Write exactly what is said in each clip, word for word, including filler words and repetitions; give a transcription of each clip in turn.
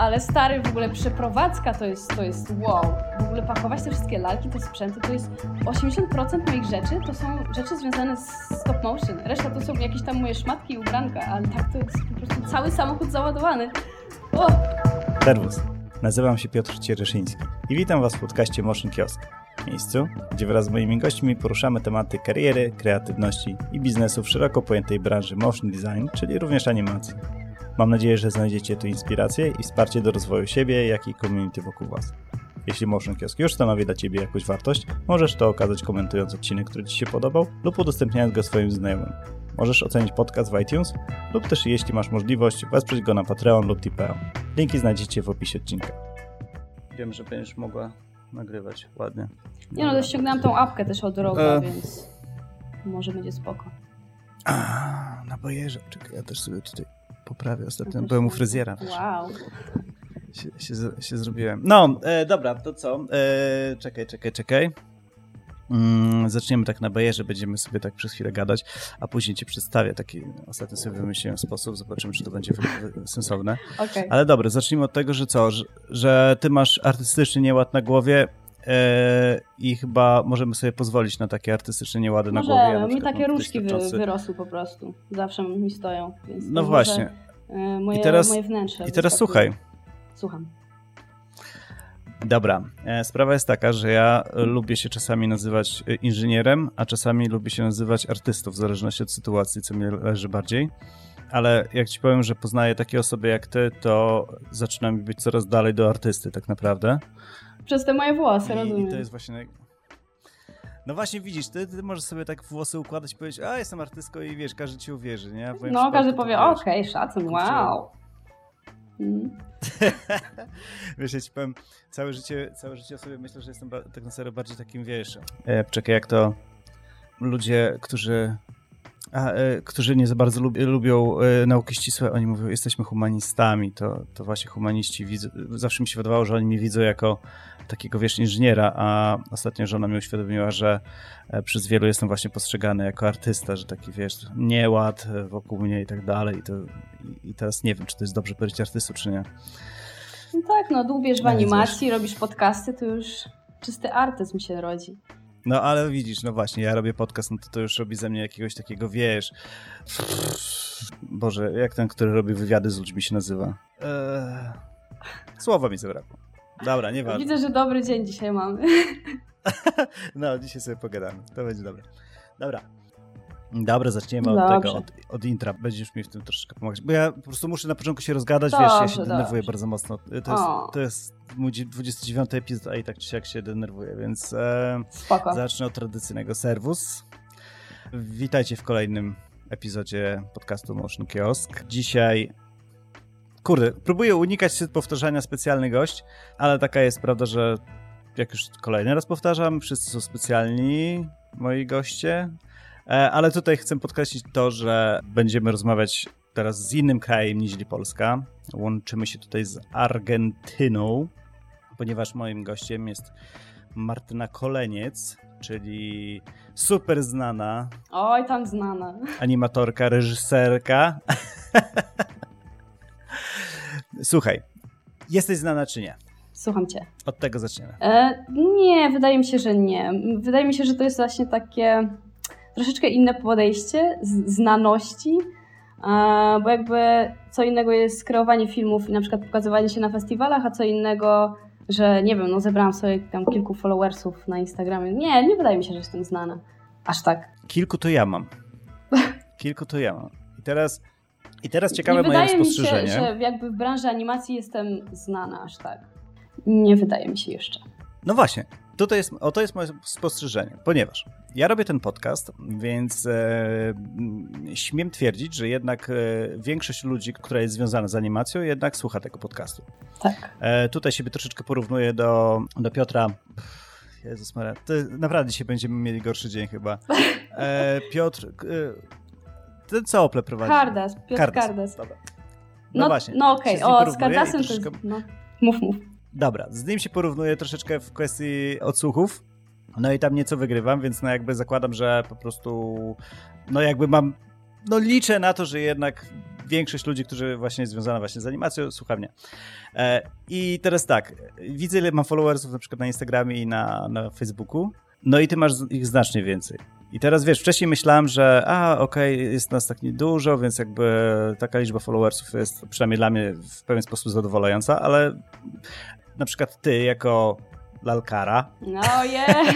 Ale stary, w ogóle przeprowadzka to jest, to jest wow. W ogóle pakować te wszystkie lalki, te sprzęty, to jest osiemdziesiąt procent moich rzeczy, to są rzeczy związane z stop motion. Reszta to są jakieś tam moje szmatki i ubranka, ale tak to jest po prostu cały samochód załadowany. O! Serwus, nazywam się Piotr Ciereszyński i witam Was w podcaście Motion Kiosk. Miejscu, gdzie wraz z moimi gośćmi poruszamy tematy kariery, kreatywności i biznesu w szeroko pojętej branży motion design, czyli również animacji. Mam nadzieję, że znajdziecie tu inspirację i wsparcie do rozwoju siebie, jak i community wokół Was. Jeśli Motion Kiosk już stanowi dla Ciebie jakąś wartość, możesz to okazać komentując odcinek, który Ci się podobał lub udostępniając go swoim znajomym. Możesz ocenić podcast w iTunes lub też, jeśli masz możliwość, wesprzeć go na Patreon lub Tipeee. Linki znajdziecie w opisie odcinka. Wiem, że będziesz mogła nagrywać ładnie. Nie no, to ściągnęłam tą apkę też od Roga, e... więc może będzie spoko. A, na bajerze. Czekaj, ja też sobie tutaj poprawię. Ostatnio byłem u fryzjera. Wow. Się, się, się zrobiłem. No, e, dobra, to co? E, czekaj, czekaj, czekaj. Mm, zaczniemy tak na bajerze, będziemy sobie tak przez chwilę gadać, a później Ci przedstawię taki, ostatnio sobie wymyśliłem sposób, zobaczymy, czy to będzie sensowne. Okay. Ale dobra, zacznijmy od tego, że co, że, że Ty masz artystyczny nieład na głowie e, i chyba możemy sobie pozwolić na takie artystyczne niełady Możemy. na głowie. Ja mi takie różki wy, wyrosły po prostu, zawsze mi stoją. Więc no właśnie. Może, e, moje, I teraz, moje wnętrze. I teraz słuchaj. Słucham. Dobra, sprawa jest taka, że ja lubię się czasami nazywać inżynierem, a czasami lubię się nazywać artystą, w zależności od sytuacji, co mi leży bardziej. Ale jak ci powiem, że poznaję takie osoby jak ty, to zaczyna mi być coraz dalej do artysty tak naprawdę. Przez te moje włosy, I, rozumiem. I to jest właśnie... No właśnie widzisz, ty, ty możesz sobie tak włosy układać i powiedzieć, a jestem artystką i wiesz, każdy ci uwierzy, nie? No, każdy powie, okej, okay, szacun, wow. Hmm. Wiesz, ja ci powiem, całe życie, całe życie sobie myślę, że jestem ba- tak na serio bardziej takim, wiesz, e, czekaj, jak to ludzie, którzy a, e, którzy nie za bardzo lub, lubią e, nauki ścisłe, oni mówią, jesteśmy humanistami, to, to właśnie humaniści widzą, zawsze mi się wydawało, że oni mnie widzą jako takiego, wiesz, inżyniera, a ostatnio żona mi uświadomiła, że e, przez wielu jestem właśnie postrzegany jako artysta, że taki, wiesz, nieład wokół mnie i tak dalej i, to, i, i teraz nie wiem, czy to jest dobrze powiedzieć artystą, czy nie. No tak, no dłubiesz w animacji, no, robisz podcasty, to już czysty artyzm się rodzi. No ale widzisz, no właśnie, ja robię podcast, no to to już robi ze mnie jakiegoś takiego, wiesz... Boże, jak ten, który robi wywiady z ludźmi się nazywa? Eee... Słowa mi zabrakło. Dobra, nieważne. Widzę, że dobry dzień dzisiaj mamy. No, dzisiaj sobie pogadamy, to będzie dobre. Dobra. Dobra, zaczniemy od Dobrze. tego, od, od intra. Będziesz mi w tym troszeczkę pomagać, bo ja po prostu muszę na początku się rozgadać, dobrze, wiesz, ja się dobrze. denerwuję bardzo mocno. To jest, to jest mój dwudziesty dziewiąty epizod, a i tak czy siak się denerwuję, więc e, zacznę od tradycyjnego serwus. Witajcie w kolejnym epizodzie podcastu Motion Kiosk. Dzisiaj, kurde, próbuję unikać powtarzania specjalny gość, ale taka jest prawda, że jak już kolejny raz powtarzam, wszyscy są specjalni, moi goście. Ale tutaj chcę podkreślić to, że będziemy rozmawiać teraz z innym krajem niż Polska. Łączymy się tutaj z Argentyną, ponieważ moim gościem jest Martyna Koleniec, czyli super znana. Oj, tam znana. Animatorka, reżyserka. Słuchaj, jesteś znana czy nie? Słucham cię. Od tego zaczniemy. E, nie, wydaje mi się, że nie. Wydaje mi się, że to jest właśnie takie... troszeczkę inne podejście z znaności, bo jakby co innego jest kreowanie filmów i na przykład pokazywanie się na festiwalach, a co innego, że nie wiem, no zebrałam sobie tam kilku followersów na Instagramie. Nie, nie wydaje mi się, że jestem znana. Aż tak. Kilku to ja mam. Kilku to ja mam. I teraz, i teraz ciekawe nie moje wydaje spostrzeżenie. Mi się, że jakby w branży animacji jestem znana aż tak. Nie wydaje mi się jeszcze. No właśnie. Tutaj jest, oto jest moje spostrzeżenie, ponieważ ja robię ten podcast, więc e, śmiem twierdzić, że jednak e, większość ludzi, która jest związana z animacją, jednak słucha tego podcastu. Tak. E, tutaj siebie troszeczkę porównuję do, do Piotra. Pff, Jezus Maria, to naprawdę dzisiaj będziemy mieli gorszy dzień chyba. E, Piotr, e, ten co Ople prowadzi? Kardas, Piotr Kardas. Kardas. Dobra. No, no właśnie. No okej, okay. O, z Kardasem to jest... No. Mów, mów. Dobra, z nim się porównuję troszeczkę w kwestii odsłuchów, no i tam nieco wygrywam, więc no jakby zakładam, że po prostu, no jakby mam, no liczę na to, że jednak większość ludzi, którzy właśnie jest związana właśnie z animacją, słucha mnie. E, I teraz tak, widzę ile mam followersów na przykład na Instagramie i na, na Facebooku, no i ty masz ich znacznie więcej. I teraz wiesz, wcześniej myślałem, że a okej, okay, jest nas tak niedużo, więc jakby taka liczba followersów jest przynajmniej dla mnie w pewien sposób zadowalająca, ale na przykład ty jako lalkara. No jest!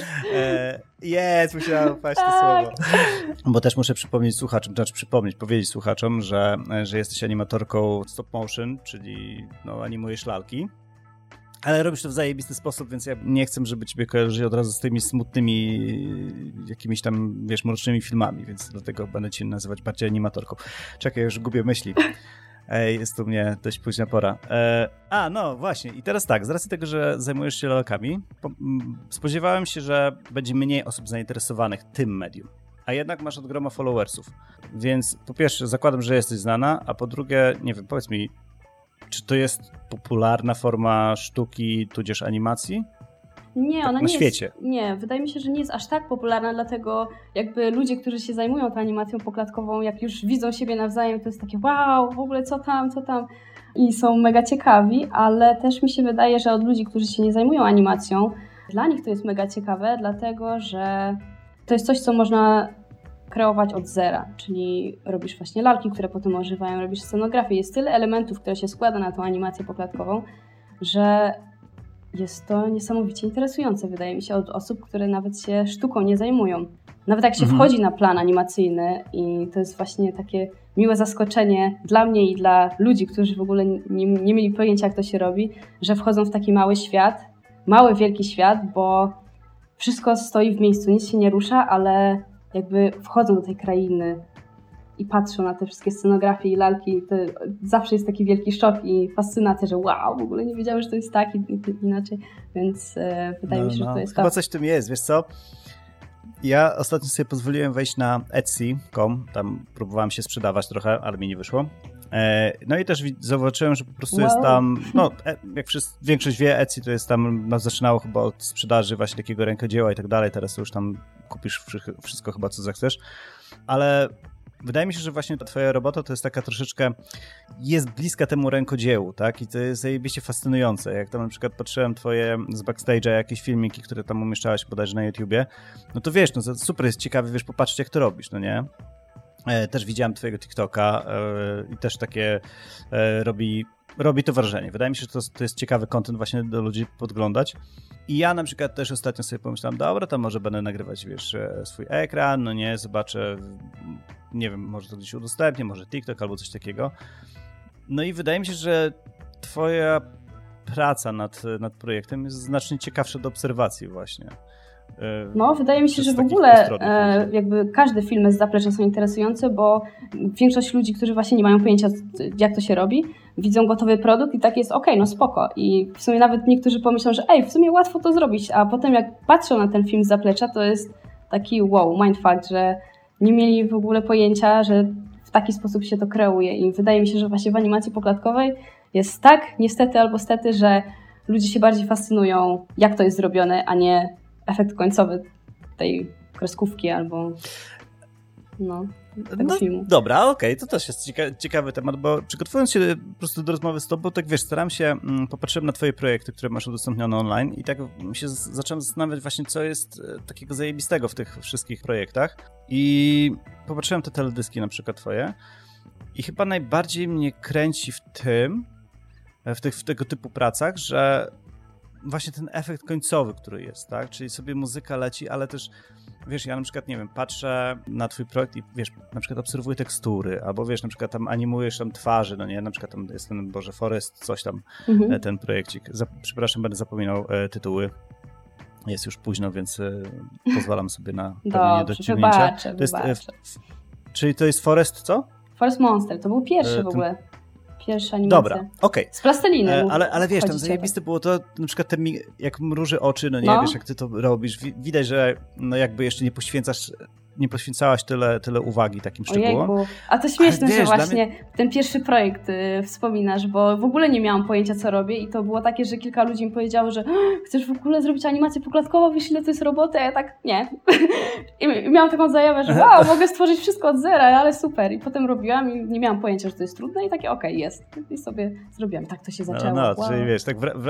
Jest, musiałam paść to słowo. Bo też muszę przypomnieć słuchaczom, znaczy przypomnieć, powiedzieć słuchaczom, że, że jesteś animatorką stop motion, czyli no, animujesz lalki. Ale robisz to w zajebisty sposób, więc ja nie chcę, żeby ciebie kojarzyli od razu z tymi smutnymi jakimiś tam, wiesz, mrocznymi filmami, więc dlatego będę cię nazywać bardziej animatorką. Czekaj, już gubię myśli. Ej, jest tu mnie dość późna pora. E, a, no właśnie. I teraz tak, z racji tego, że zajmujesz się lalkami, po, m, spodziewałem się, że będzie mniej osób zainteresowanych tym medium. A jednak masz od groma followersów. Więc po pierwsze zakładam, że jesteś znana, a po drugie, nie wiem, powiedz mi, czy to jest popularna forma sztuki, tudzież animacji? Nie, tak ona na nie świecie. jest. Nie, wydaje mi się, że nie jest aż tak popularna, dlatego jakby ludzie, którzy się zajmują tą animacją poklatkową, jak już widzą siebie nawzajem, to jest takie wow, w ogóle co tam, co tam i są mega ciekawi, ale też mi się wydaje, że od ludzi, którzy się nie zajmują animacją, dla nich to jest mega ciekawe, dlatego że to jest coś, co można kreować od zera, czyli robisz właśnie lalki, które potem ożywają, robisz scenografię, jest tyle elementów, które się składa na tą animację poklatkową, że jest to niesamowicie interesujące, wydaje mi się, od osób, które nawet się sztuką nie zajmują. Nawet jak się mhm. wchodzi na plan animacyjny i to jest właśnie takie miłe zaskoczenie dla mnie i dla ludzi, którzy w ogóle nie, nie mieli pojęcia, jak to się robi, że wchodzą w taki mały świat, mały, wielki świat, bo wszystko stoi w miejscu, nic się nie rusza, ale jakby wchodzą do tej krainy i patrzą na te wszystkie scenografie i lalki, to zawsze jest taki wielki szok i fascynacja, że wow, w ogóle nie wiedziałem, że to jest tak i, i inaczej, więc e, wydaje no, mi się, no. że to jest Chyba to. coś w tym jest, wiesz co? Ja ostatnio sobie pozwoliłem wejść na etsy kropka com, tam próbowałem się sprzedawać trochę, ale mi nie wyszło. E, no i też zobaczyłem, że po prostu wow. jest tam, no jak wszyscy, większość wie, Etsy to jest tam, no, zaczynało chyba od sprzedaży właśnie takiego rękodzieła i tak dalej, teraz już tam kupisz wszystko chyba, co zechcesz, ale wydaje mi się, że właśnie twoja robota to jest taka troszeczkę, jest bliska temu rękodziełu, tak? I to jest zajebiście fascynujące. Jak tam na przykład patrzyłem twoje z backstage'a jakieś filmiki, które tam umieszczałaś bodajże na YouTubie, no to wiesz, no to super jest ciekawe, wiesz, popatrzeć jak to robisz, no nie? E, też widziałem twojego TikToka e, i też takie e, robi, robi to wrażenie. Wydaje mi się, że to, to jest ciekawy content właśnie do ludzi podglądać. I ja na przykład też ostatnio sobie pomyślałem, dobra, to może będę nagrywać, wiesz, swój ekran, no nie, zobaczę, nie wiem, może to gdzieś udostępnię, może TikTok albo coś takiego. No i wydaje mi się, że twoja praca nad, nad projektem jest znacznie ciekawsza do obserwacji właśnie. No, wydaje mi się, że w ogóle e, jakby każde filmy z zaplecza są interesujące, bo większość ludzi, którzy właśnie nie mają pojęcia, jak to się robi, widzą gotowy produkt i tak jest okej, okay, no spoko. I w sumie nawet niektórzy pomyślą, że ej, w sumie łatwo to zrobić, a potem jak patrzą na ten film z zaplecza, to jest taki wow, mindfuck, że nie mieli w ogóle pojęcia, że w taki sposób się to kreuje. I wydaje mi się, że właśnie w animacji poklatkowej jest tak, niestety albo stety, że ludzie się bardziej fascynują, jak to jest zrobione, a nie efekt końcowy tej kreskówki albo no, tego no, filmu. Dobra, okej, okay. To też jest cieka- ciekawy temat, bo przygotowując się po prostu do rozmowy z tobą, tak wiesz, staram się, mm, popatrzyłem na twoje projekty, które masz udostępnione online i tak się z- zacząłem zastanawiać właśnie, co jest takiego zajebistego w tych wszystkich projektach i popatrzyłem te teledyski na przykład twoje i chyba najbardziej mnie kręci w tym, w, tych, w tego typu pracach, że właśnie ten efekt końcowy, który jest, tak? Czyli sobie muzyka leci, ale też, wiesz, ja na przykład, nie wiem, patrzę na twój projekt i, wiesz, na przykład obserwuję tekstury, albo, wiesz, na przykład tam animujesz tam twarzy, no nie? Na przykład tam jest ten, Boże, Forest, coś tam, mhm. ten projekcik. Zap- przepraszam, będę zapominał e, tytuły. Jest już późno, więc e, pozwalam sobie na pewne niedociągnięcia. Wybaczę, to jest, wybaczę. E, f, czyli to jest Forest, co? Forest Monster, to był pierwszy e, w ogóle. Pierwsza animacja. Dobra, okej. Okay. Z plasteliny. E, ale, ale wiesz, tam zajebiste było to, na przykład te, jak mruży oczy, no nie, no. Wiesz, jak ty to robisz, widać, że no jakby jeszcze nie poświęcasz nie poświęcałaś tyle, tyle uwagi takim szczegółom. Ojejku. A to śmieszne, wiesz, że właśnie mnie... ten pierwszy projekt y, wspominasz, bo w ogóle nie miałam pojęcia, co robię i to było takie, że kilka ludzi mi powiedziało, że chcesz w ogóle zrobić animację poklatkową, wiesz, ile to jest roboty, a ja tak, nie. I miałam taką zajawę, że wow, mogę stworzyć wszystko od zera, ale super. I potem robiłam i nie miałam pojęcia, że to jest trudne i takie okej, okay, jest. I sobie zrobiłam. Tak to się zaczęło. No, no wow. czyli wiesz, tak w, w,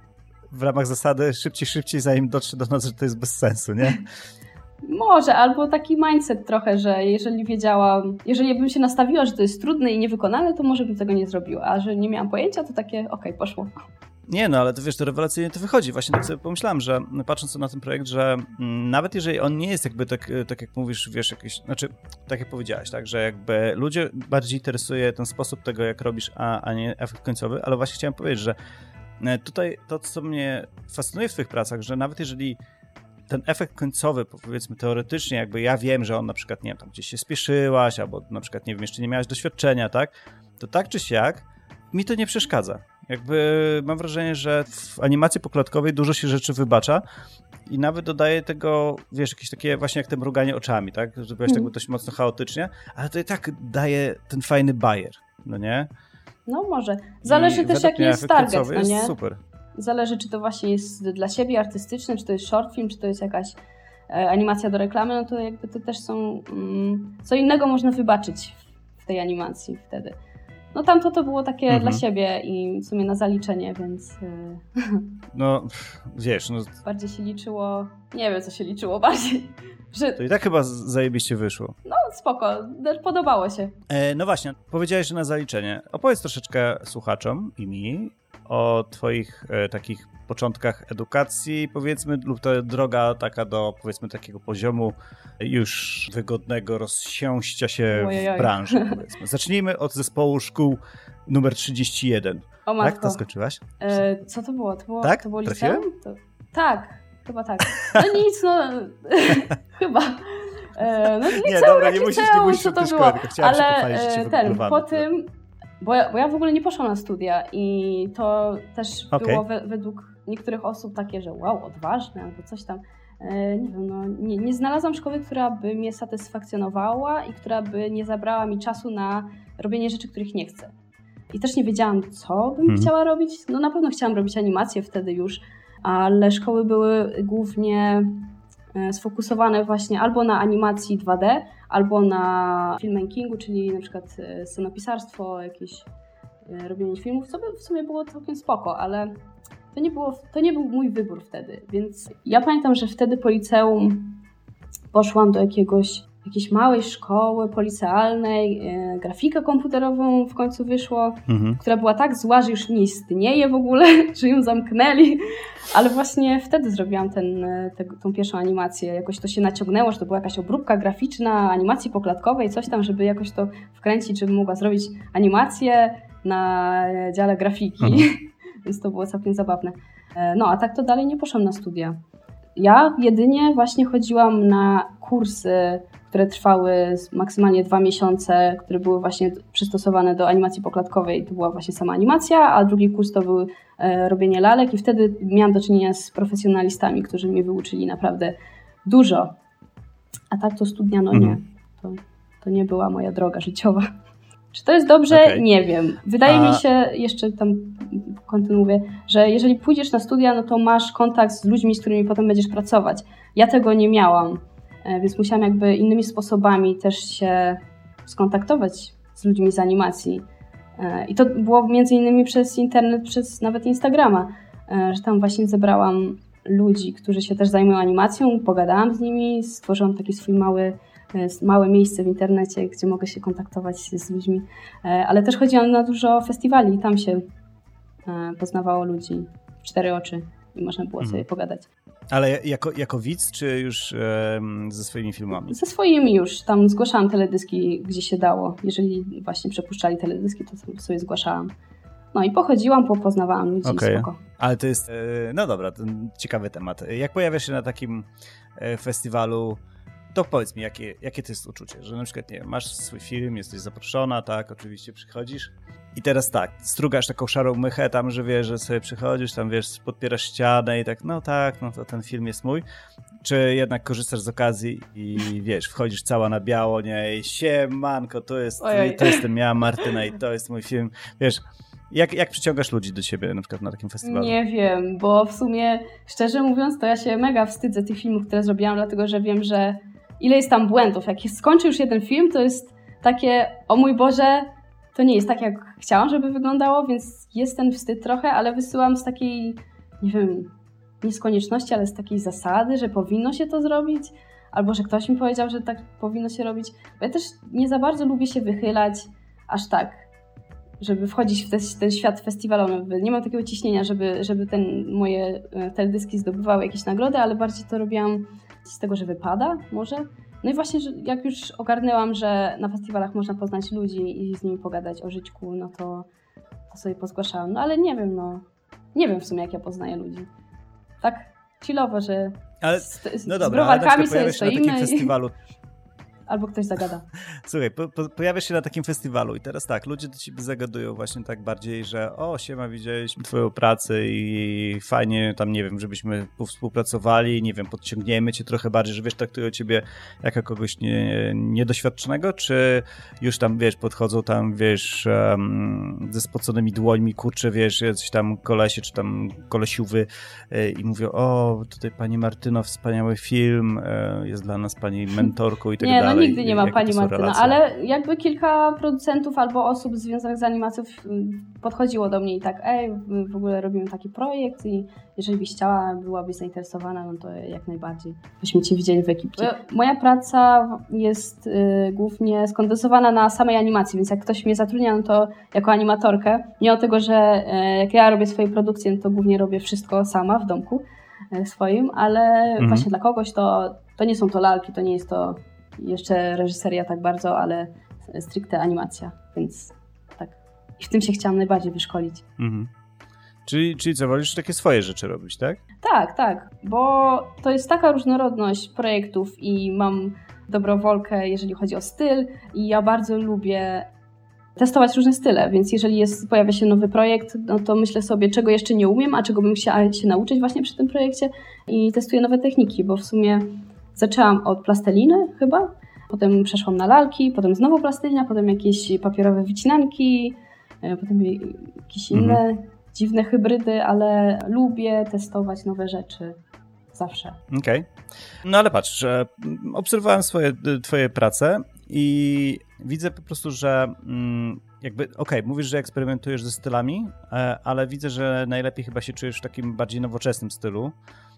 w ramach zasady szybciej, szybciej, zanim dotrze do nas, że to jest bez sensu, nie? Może, albo taki mindset trochę, że jeżeli wiedziałam, jeżeli bym się nastawiła, że to jest trudne i niewykonalne, to może bym tego nie zrobiła, a że nie miałam pojęcia, to takie okej, okay, poszło. Nie, no ale to wiesz, to rewelacyjnie to wychodzi. Właśnie tak sobie pomyślałem, że patrząc na ten projekt, że m, nawet jeżeli on nie jest jakby tak, tak jak mówisz, wiesz, jakiś, znaczy tak jak powiedziałaś, tak, że jakby ludzie bardziej interesuje ten sposób tego, jak robisz, a, a nie efekt końcowy, ale właśnie chciałem powiedzieć, że tutaj to, co mnie fascynuje w twoich pracach, że nawet jeżeli ten efekt końcowy, powiedzmy teoretycznie, jakby ja wiem, że on na przykład, nie wiem, tam gdzieś się spieszyłaś, albo na przykład, nie wiem, jeszcze nie miałaś doświadczenia, tak, to tak czy siak mi to nie przeszkadza. Jakby mam wrażenie, że w animacji poklatkowej dużo się rzeczy wybacza i nawet dodaje tego, wiesz, jakieś takie właśnie jak te mruganie oczami, tak, że byłaś mm. tak dość mocno chaotycznie, ale to i tak daje ten fajny bajer, no nie? No może. Zależy I też jaki jest target, no nie? Jest super. Zależy, czy to właśnie jest dla siebie artystyczne, czy to jest short film, czy to jest jakaś e, animacja do reklamy, no to jakby to też są... Mm, co innego można wybaczyć w tej animacji wtedy. No tamto to było takie mhm. dla siebie i w sumie na zaliczenie, więc... E, no, wiesz... No... Bardziej się liczyło... Nie wiem, co się liczyło bardziej. Że... To i tak chyba zajebiście wyszło. No spoko, podobało się. E, no właśnie, powiedziałeś, że na zaliczenie. Opowiedz troszeczkę słuchaczom i mi o twoich e, takich początkach edukacji, powiedzmy, lub to droga taka do, powiedzmy, takiego poziomu już wygodnego rozsiąścia się Ojojoj. w branży, powiedzmy. Zacznijmy od zespołu szkół numer trzydzieści jeden. O matko. Tak? To skończyłaś? E, co to było? To było, tak? To było liceum? To... Tak, chyba tak. No nic, no chyba. E, no liceum, nie, dobra, nie musisz, nie musisz co to szkoły, było. tylko chciałam Ale się pochwalić, że cię ten, po tym, bo ja, bo ja w ogóle nie poszłam na studia i to też okay. było we, według niektórych osób takie, że wow, odważne albo coś tam. E, nie wiem, no nie, nie znalazłam szkoły, która by mnie satysfakcjonowała i która by nie zabrała mi czasu na robienie rzeczy, których nie chcę. I też nie wiedziałam, co bym hmm. chciała robić. No na pewno chciałam robić animację wtedy już, ale szkoły były głównie sfokusowane właśnie albo na animacji dwa D, albo na filmmakingu, czyli na przykład scenopisarstwo, jakieś robienie filmów, co by w sumie było całkiem spoko, ale to nie, było, to nie był mój wybór wtedy. Więc ja pamiętam, że wtedy po liceum poszłam do jakiegoś, jakiejś małej szkoły policealnej, e, grafikę komputerową w końcu wyszło, mhm. która była tak zła, że już nie istnieje w ogóle, że ją zamknęli, ale właśnie wtedy zrobiłam ten, te, tą pierwszą animację. Jakoś to się naciągnęło, że to była jakaś obróbka graficzna animacji poklatkowej, coś tam, żeby jakoś to wkręcić, żeby mogła zrobić animację na dziale grafiki, mhm. więc to było całkiem zabawne. No a tak to dalej nie poszłam na studia. Ja jedynie właśnie chodziłam na kursy, które trwały maksymalnie dwa miesiące, które były właśnie przystosowane do animacji poklatkowej. To była właśnie sama animacja, a drugi kurs to był e, robienie lalek i wtedy miałam do czynienia z profesjonalistami, którzy mnie wyuczyli naprawdę dużo. A tak to studia, no nie. To, to nie była moja droga życiowa. Czy to jest dobrze? Okay. Nie wiem. Wydaje A... mi się, jeszcze tam kontynuuję, że jeżeli pójdziesz na studia, no to masz kontakt z ludźmi, z którymi potem będziesz pracować. Ja tego nie miałam, więc musiałam jakby innymi sposobami też się skontaktować z ludźmi z animacji. I to było między innymi przez internet, przez nawet Instagrama, że tam właśnie zebrałam ludzi, którzy się też zajmują animacją, pogadałam z nimi, stworzyłam taki swój mały małe miejsce w internecie, gdzie mogę się kontaktować z ludźmi, ale też chodziłam na dużo festiwali i tam się poznawało ludzi w cztery oczy i można było sobie hmm. pogadać. Ale jako, jako widz, czy już e, ze swoimi filmami? Ze swoimi już. Tam zgłaszałam teledyski, gdzie się dało. Jeżeli właśnie przepuszczali teledyski, to sobie zgłaszałam. No i pochodziłam, popoznawałam ludzi okay. spoko. Ale to jest, no dobra, to ciekawy temat. Jak pojawiasz się na takim festiwalu, to powiedz mi, jakie, jakie to jest uczucie, że na przykład, nie wiem, masz swój film, jesteś zaproszona, tak, oczywiście przychodzisz i teraz tak, strugasz taką szarą mychę tam, że wiesz, że sobie przychodzisz, tam wiesz, podpierasz ścianę i tak, no tak, no to ten film jest mój, czy jednak korzystasz z okazji i wiesz, wchodzisz cała na biało, nie, i siemanko, to jest, to jestem ja, Martyna i to jest mój film, wiesz, jak, jak przyciągasz ludzi do ciebie na przykład na takim festiwalu? Nie wiem, bo w sumie, szczerze mówiąc, to ja się mega wstydzę tych filmów, które zrobiłam, dlatego że wiem, że ile jest tam błędów. Jak skończy już jeden film, to jest takie, o mój Boże, to nie jest tak, jak chciałam, żeby wyglądało, więc jest ten wstyd trochę, ale wysyłam z takiej, nie wiem, nie z konieczności, ale z takiej zasady, że powinno się to zrobić, albo że ktoś mi powiedział, że tak powinno się robić. Bo ja też nie za bardzo lubię się wychylać aż tak, żeby wchodzić w te, ten świat festiwalowy. Nie mam takiego ciśnienia, żeby, żeby ten, moje teledyski zdobywały jakieś nagrody, ale bardziej to robiłam z tego, że wypada może. No i właśnie, że jak już ogarnęłam, że na festiwalach można poznać ludzi i z nimi pogadać o żyćku, no to, to sobie pozgłaszałam. No ale nie wiem, no. Nie wiem w sumie, jak ja poznaję ludzi. Tak chillowo, że ale, z, no dobra, z browarkami sobie stoimy na takim festiwalu. Albo ktoś zagada. Słuchaj, po, po, pojawiasz się na takim festiwalu i teraz tak, ludzie do ciebie zagadują właśnie tak bardziej, że o, siema, widzieliśmy twoją pracę i fajnie tam, nie wiem, żebyśmy współpracowali, nie wiem, podciągniemy cię trochę bardziej, że wiesz, traktują ciebie jako kogoś nie, niedoświadczonego, czy już tam, wiesz, podchodzą tam, wiesz, um, ze spoconymi dłońmi, kurczę, wiesz, jacyś tam kolesie, czy tam kolesiówy y, i mówią, o, tutaj pani Martyno, wspaniały film, y, jest dla nas pani mentorką i tak nie, dalej. No nigdy nie ma pani Martyna, ale jakby kilka producentów albo osób związanych z animacją podchodziło do mnie i tak, ej, w ogóle robimy taki projekt i jeżeli byś chciała, byłabyś zainteresowana, no to jak najbardziej byśmy cię widzieli w ekipie. Moja praca jest y, głównie skondensowana na samej animacji, więc jak ktoś mnie zatrudnia, no to jako animatorkę, nie o tego, że y, jak ja robię swoje produkcje, no to głównie robię wszystko sama w domku y, swoim, ale mhm. właśnie dla kogoś to, to nie są to lalki, to nie jest to jeszcze reżyseria tak bardzo, ale stricte animacja, więc tak. I w tym się chciałam najbardziej wyszkolić. Mhm. Czyli, czyli co, wolisz takie swoje rzeczy robić, tak? Tak, tak, bo to jest taka różnorodność projektów i mam dobrowolkę, jeżeli chodzi o styl i ja bardzo lubię testować różne style, więc jeżeli jest, pojawia się nowy projekt, no to myślę sobie, czego jeszcze nie umiem, a czego bym chciała się nauczyć właśnie przy tym projekcie i testuję nowe techniki, bo w sumie zaczęłam od plasteliny chyba, potem przeszłam na lalki, potem znowu plastelina, potem jakieś papierowe wycinanki, potem jakieś inne mhm. dziwne hybrydy, ale lubię testować nowe rzeczy zawsze. Okej. Okay. No ale patrz, że obserwowałem swoje, twoje prace i widzę po prostu, że jakby, okej, okay, mówisz, że eksperymentujesz ze stylami, ale widzę, że najlepiej chyba się czujesz w takim bardziej nowoczesnym stylu,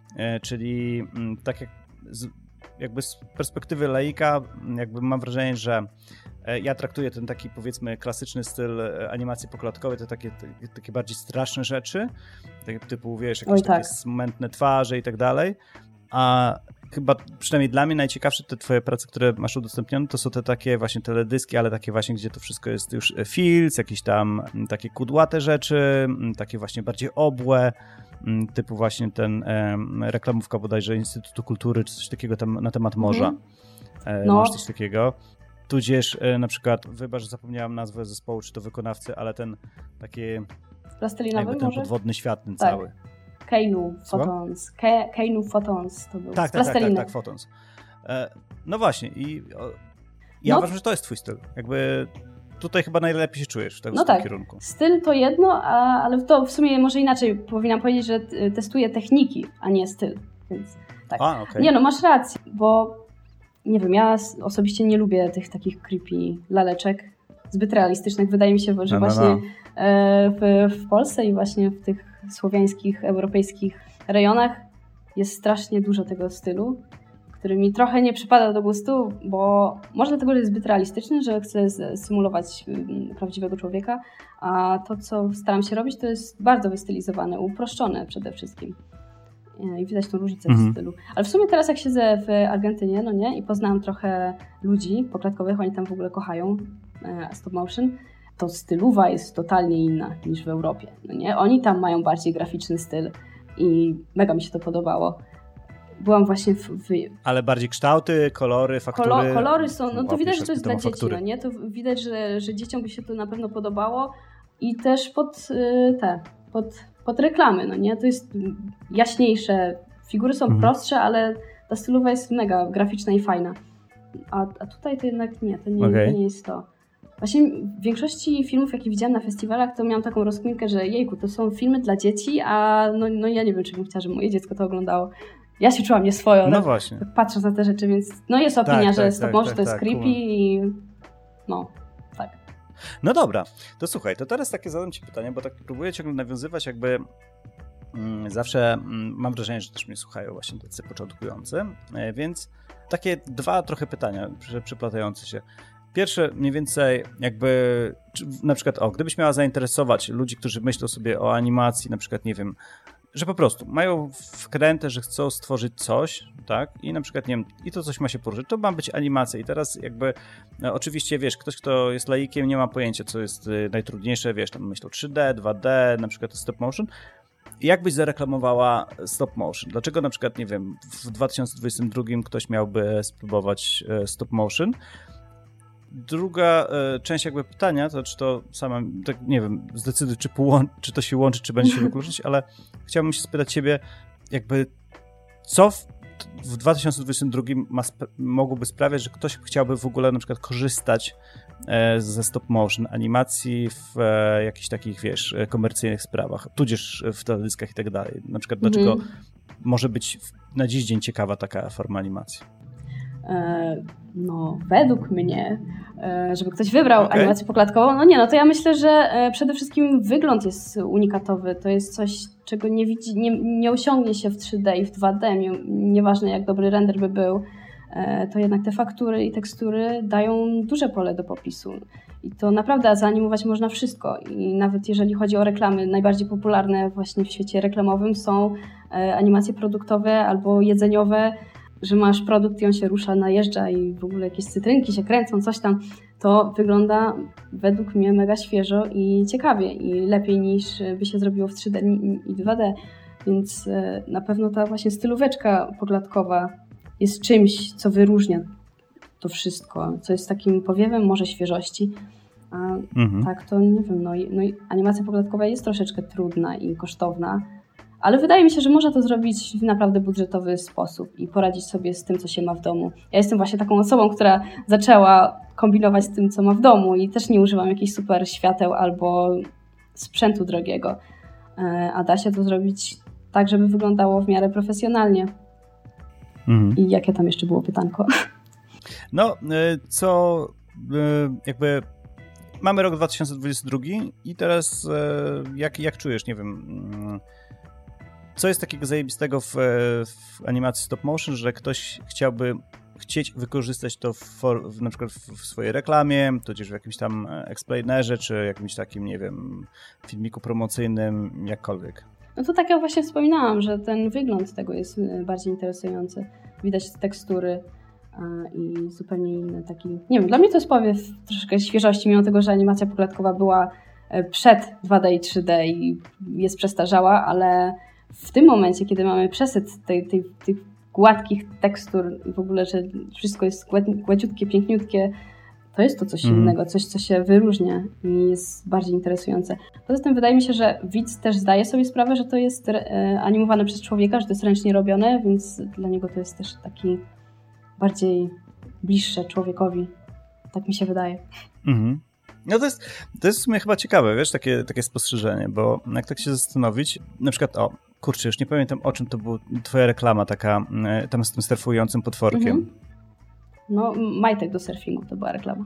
czyli tak jak z, jakby z perspektywy laika, jakby mam wrażenie, że ja traktuję ten taki, powiedzmy, klasyczny styl animacji poklatkowej, to takie, takie bardziej straszne rzeczy, tak, typu, wiesz, jakieś Oj, takie tak. smętne twarze i tak dalej, a chyba przynajmniej dla mnie najciekawsze te twoje prace, które masz udostępnione, to są te takie właśnie teledyski, ale takie właśnie, gdzie to wszystko jest już filc, jakieś tam takie kudłate rzeczy, takie właśnie bardziej obłe, typu właśnie ten e, reklamówka bodajże Instytutu Kultury, czy coś takiego tam na temat morza. E, no. Masz coś takiego. Tudzież e, na przykład, wybacz, zapomniałam nazwę zespołu, czy to wykonawcy, ale ten taki plastelinowy ten może? podwodny świat ten tak. cały. Keinu Photons. Keinu Photons to był. Tak, tak, tak, tak, tak, Photons. E, no właśnie i o, ja no. uważam, że to jest twój styl. Jakby tutaj chyba najlepiej się czujesz w tym no tak. kierunku. Styl to jedno, a, ale to w sumie może inaczej powinnam powiedzieć, że testuję techniki, a nie styl. Więc tak. A, okay. Nie no, masz rację, bo nie wiem, ja osobiście nie lubię tych takich creepy laleczek, zbyt realistycznych. Wydaje mi się, że no, no, właśnie no. W, w Polsce i właśnie w tych słowiańskich, europejskich rejonach jest strasznie dużo tego stylu, który mi trochę nie przypada do gustu, bo może dlatego, że jest zbyt realistyczny, że chcę symulować prawdziwego człowieka, a to, co staram się robić, to jest bardzo wystylizowane, uproszczone przede wszystkim. I widać tą różnicę mhm. w stylu. Ale w sumie teraz jak siedzę w Argentynie, no nie, i poznałam trochę ludzi poklatkowych, oni tam w ogóle kochają stop motion, to stylowa jest totalnie inna niż w Europie, no nie? Oni tam mają bardziej graficzny styl i mega mi się to podobało. byłam właśnie w... w... Ale bardziej kształty, kolory, faktury? Kolo, kolory są, no to widać, że to jest dla dzieci, no nie? To widać, że, że dzieciom by się to na pewno podobało i też pod te, pod, pod reklamy, no nie? To jest jaśniejsze, figury są mhm. prostsze, ale ta stylowa jest mega graficzna i fajna. A, a tutaj to jednak nie, to nie, okay. to nie jest to. Właśnie w większości filmów, jakie widziałam na festiwalach, to miałam taką rozkminkę, że jejku, to są filmy dla dzieci, a no, no ja nie wiem, czy bym chciała, żeby moje dziecko to oglądało. Ja się czułam nieswojo, no tak, właśnie. tak patrząc na te rzeczy, więc no jest opinia, tak, że tak, stop tak, motion tak, to jest tak, creepy cool. i no, tak. No dobra, to słuchaj, to teraz takie zadam ci pytanie, bo tak próbuję ciągle nawiązywać jakby mm, zawsze mm, mam wrażenie, że też mnie słuchają właśnie tacy początkujący, e, więc takie dwa trochę pytania przeplatające się. Pierwsze mniej więcej jakby, na przykład o, gdybyś miała zainteresować ludzi, którzy myślą sobie o animacji, na przykład nie wiem, że po prostu mają wkrętę, że chcą stworzyć coś, tak, i na przykład nie wiem, i to coś ma się poruszyć, to ma być animacja i teraz jakby, no, oczywiście wiesz, ktoś, kto jest laikiem, nie ma pojęcia, co jest y, najtrudniejsze, wiesz, tam myślą trzy D, dwa D, na przykład stop motion. Jak byś zareklamowała stop motion? Dlaczego na przykład, nie wiem, w dwa tysiące dwudziestym drugim ktoś miałby spróbować y, stop motion? Druga y, część jakby pytania, to czy to sama, tak nie wiem, zdecyduj, czy, połą- czy to się łączy, czy będzie się wykluczyć, ale chciałbym się spytać ciebie, jakby co w, w dwa tysiące dwudziestym drugim ma sp- mogłoby sprawiać, że ktoś chciałby w ogóle na przykład korzystać e, ze stop motion, animacji w e, jakichś takich, wiesz, komercyjnych sprawach, tudzież w teledyskach i tak dalej. Na przykład mm. dlaczego może być w, na dziś dzień ciekawa taka forma animacji? No, według mnie, żeby ktoś wybrał okay. animację poklatkową, no nie, no to ja myślę, że przede wszystkim wygląd jest unikatowy. To jest coś, czego nie widzi, nie, nie osiągnie się w trzy D i w dwa D. Nieważne jak dobry render by był, to jednak te faktury i tekstury dają duże pole do popisu. I to naprawdę zaanimować można wszystko. I nawet jeżeli chodzi o reklamy, najbardziej popularne właśnie w świecie reklamowym są animacje produktowe albo jedzeniowe, że masz produkt i on się rusza, najeżdża i w ogóle jakieś cytrynki się kręcą, coś tam, to wygląda według mnie mega świeżo i ciekawie i lepiej niż by się zrobiło w trzy D i dwa D, więc na pewno ta właśnie stylóweczka poklatkowa jest czymś, co wyróżnia to wszystko, co jest takim powiewem może świeżości, a mhm. tak to nie wiem, no, no animacja poklatkowa jest troszeczkę trudna i kosztowna, ale wydaje mi się, że można to zrobić w naprawdę budżetowy sposób i poradzić sobie z tym, co się ma w domu. Ja jestem właśnie taką osobą, która zaczęła kombinować z tym, co ma w domu i też nie używam jakichś super świateł albo sprzętu drogiego. A da się to zrobić tak, żeby wyglądało w miarę profesjonalnie. Mhm. I jakie tam jeszcze było pytanko? No, co jakby... Mamy rok dwa tysiące dwudziesty drugi i teraz jak, jak czujesz, nie wiem... Co jest takiego zajebistego w, w animacji stop motion, że ktoś chciałby chcieć wykorzystać to w, for, w, na przykład w, w swojej reklamie, tudzież w jakimś tam explainerze, czy jakimś takim, nie wiem, filmiku promocyjnym, jakkolwiek. No to tak jak właśnie wspominałam, że ten wygląd tego jest bardziej interesujący. Widać tekstury i zupełnie inny taki, nie wiem, dla mnie to jest powiew troszeczkę świeżości, mimo tego, że animacja poklatkowa była przed dwa D i trzy D i jest przestarzała, ale w tym momencie, kiedy mamy przesyt tej, tej, tych gładkich tekstur i w ogóle, że wszystko jest gładziutkie, piękniutkie, to jest to coś mm. innego, coś, co się wyróżnia i jest bardziej interesujące. Poza tym wydaje mi się, że widz też zdaje sobie sprawę, że to jest animowane przez człowieka, że to jest ręcznie robione, więc dla niego to jest też taki bardziej bliższe człowiekowi. Tak mi się wydaje. Mm-hmm. No to jest, to jest w sumie chyba ciekawe, wiesz, takie, takie spostrzeżenie, bo jak tak się zastanowić, na przykład, o, kurczę, już nie pamiętam, o czym to była twoja reklama taka, tam z tym surfującym potworkiem. Mhm. No, majtek do surfingu to była reklama.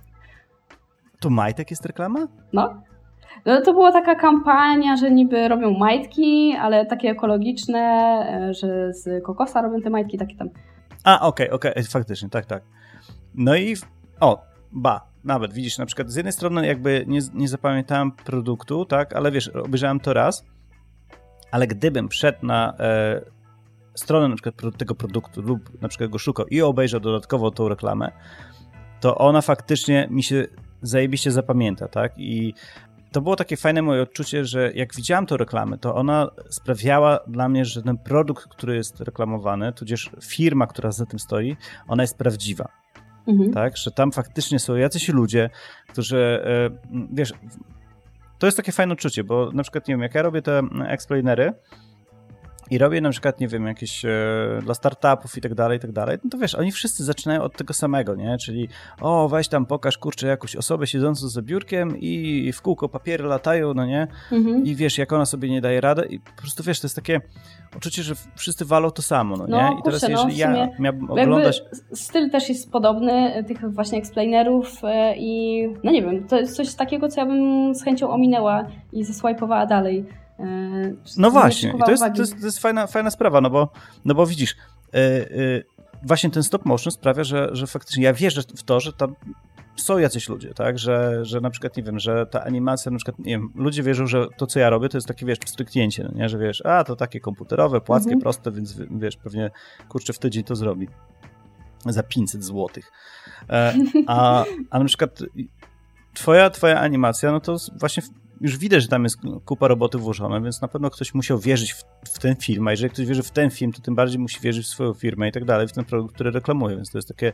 To majtek jest reklama? No. No to była taka kampania, że niby robią majtki, ale takie ekologiczne, że z kokosa robią te majtki, takie tam. A, okej, okay, okej, okay, faktycznie, tak, tak. No i, o, ba, nawet widzisz, na przykład z jednej strony jakby nie, nie zapamiętałem produktu, tak, ale wiesz, obejrzałem to raz, ale gdybym wszedł na e, stronę na przykład tego produktu lub na przykład go szukał i obejrzał dodatkowo tą reklamę, to ona faktycznie mi się zajebiście zapamięta, tak, i to było takie fajne moje odczucie, że jak widziałam tę reklamę, to ona sprawiała dla mnie, że ten produkt, który jest reklamowany, tudzież firma, która za tym stoi, ona jest prawdziwa. Mhm. Tak, że tam faktycznie są jacyś ludzie, którzy, wiesz, to jest takie fajne odczucie, bo na przykład, nie wiem, jak ja robię te explainery i robię na przykład, nie wiem, jakieś e, dla startupów i tak dalej, i tak dalej, no to wiesz, oni wszyscy zaczynają od tego samego, nie? Czyli o, weź tam pokaż, kurczę, jakąś osobę siedzącą za biurkiem i w kółko papiery latają, no nie? Mhm. I wiesz, jak ona sobie nie daje rady i po prostu, wiesz, to jest takie uczucie, że wszyscy walą to samo, no nie? No, I teraz kurczę, jeżeli no, ja miałbym oglądać... Styl też jest podobny, tych właśnie explainerów i no nie wiem, to jest coś takiego, co ja bym z chęcią ominęła i zeswajpowała dalej. No właśnie, i to jest, to jest, to jest fajna, fajna sprawa, no bo, no bo widzisz, yy, yy, właśnie ten stop motion sprawia, że, że faktycznie ja wierzę w to, że tam są jacyś ludzie, tak, że, że na przykład, nie wiem, że ta animacja, na przykład, nie wiem, ludzie wierzą, że to, co ja robię, to jest takie, wiesz, stryknięcie, no nie, że wiesz, a, to takie komputerowe, płaskie, mhm. proste, więc wiesz, pewnie, kurczę, w tydzień to zrobi za pięćset złotych. E, a, a na przykład twoja, twoja animacja, no to właśnie już widać, że tam jest kupa roboty włożona, więc na pewno ktoś musiał wierzyć w, w ten film, a jeżeli ktoś wierzy w ten film, to tym bardziej musi wierzyć w swoją firmę i tak dalej, w ten produkt, który reklamuje, więc to jest takie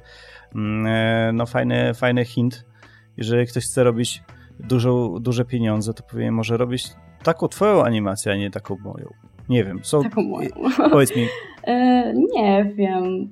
no fajny, fajny hint. Jeżeli ktoś chce robić dużo, duże pieniądze, to powinien może robić taką twoją animację, a nie taką moją. Nie wiem. Są... Taką moją. Powiedz mi. e, nie wiem.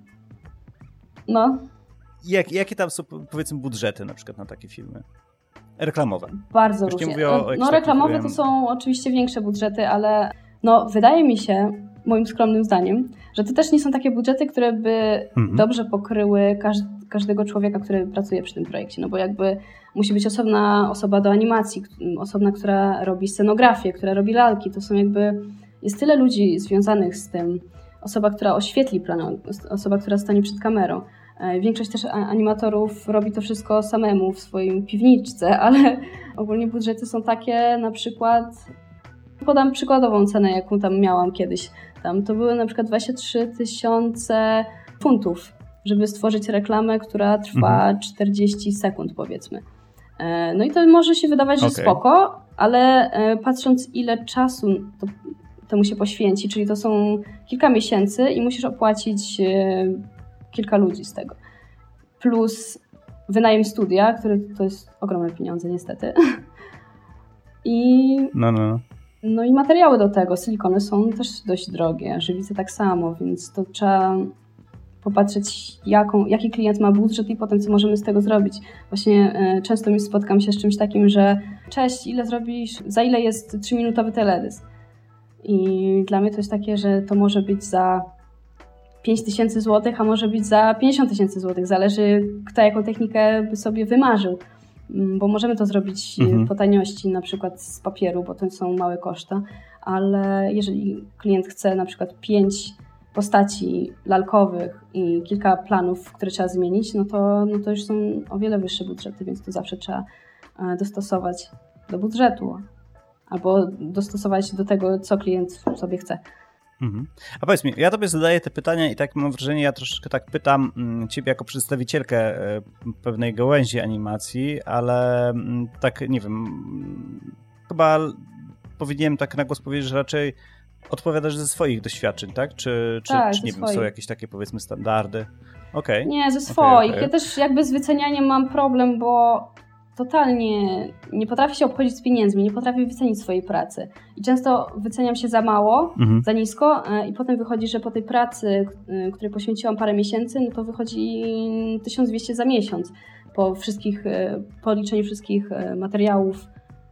No. Jak, jakie tam są, powiedzmy, budżety na przykład na takie filmy? Reklamowe. Bardzo Już różnie. O, no reklamowe to są oczywiście większe budżety, ale no wydaje mi się, moim skromnym zdaniem, że to też nie są takie budżety, które by mhm. dobrze pokryły każd każdego człowieka, który pracuje przy tym projekcie, no bo jakby musi być osobna osoba do animacji, osobna, która robi scenografię, która robi lalki, to są jakby, jest tyle ludzi związanych z tym, osoba, która oświetli plan, osoba, która stanie przed kamerą. Większość też animatorów robi to wszystko samemu w swoim piwniczce, ale ogólnie budżety są takie, na przykład, podam przykładową cenę, jaką tam miałam kiedyś. Tam to były na przykład dwadzieścia trzy tysiące funtów, żeby stworzyć reklamę, która trwa mhm. czterdzieści sekund, powiedzmy. No i to może się wydawać, że okay. spoko, ale patrząc, ile czasu to, temu się poświęci, czyli to są kilka miesięcy i musisz opłacić kilka ludzi z tego. Plus wynajem studia, który to jest ogromne pieniądze niestety. I no, no. no i materiały do tego. Silikony są też dość drogie, żywice tak samo, więc to trzeba popatrzeć, jaką, jaki klient ma budżet i potem co możemy z tego zrobić. Właśnie y, często mi spotkam się z czymś takim, że cześć, ile zrobisz, za ile jest trzyminutowy teledysk? I dla mnie to jest takie, że to może być za pięć tysięcy złotych, a może być za pięćdziesiąt tysięcy złotych. Zależy, kto jaką technikę by sobie wymarzył. Bo możemy to zrobić mhm. po taniości, na przykład z papieru, bo to są małe koszta, ale jeżeli klient chce na przykład pięć postaci lalkowych i kilka planów, które trzeba zmienić, no to, no to już są o wiele wyższe budżety, więc to zawsze trzeba dostosować do budżetu albo dostosować do tego, co klient sobie chce. Mhm. A powiedz mi, ja tobie zadaję te pytania i tak mam wrażenie, ja troszeczkę tak pytam ciebie jako przedstawicielkę pewnej gałęzi animacji, ale tak, nie wiem, chyba powinienem tak na głos powiedzieć, że raczej odpowiadasz ze swoich doświadczeń, tak? Czy, czy, tak, czy nie wiem, są jakieś takie, powiedzmy, standardy? Okej. Okay. Nie, ze swoich. Okay, okay. Ja też jakby z wycenianiem mam problem, bo totalnie nie potrafię się obchodzić z pieniędzmi, nie potrafię wycenić swojej pracy. I często wyceniam się za mało, mhm. za nisko i potem wychodzi, że po tej pracy, której poświęciłam parę miesięcy, no to wychodzi tysiąc dwieście za miesiąc po wszystkich, po liczeniu wszystkich materiałów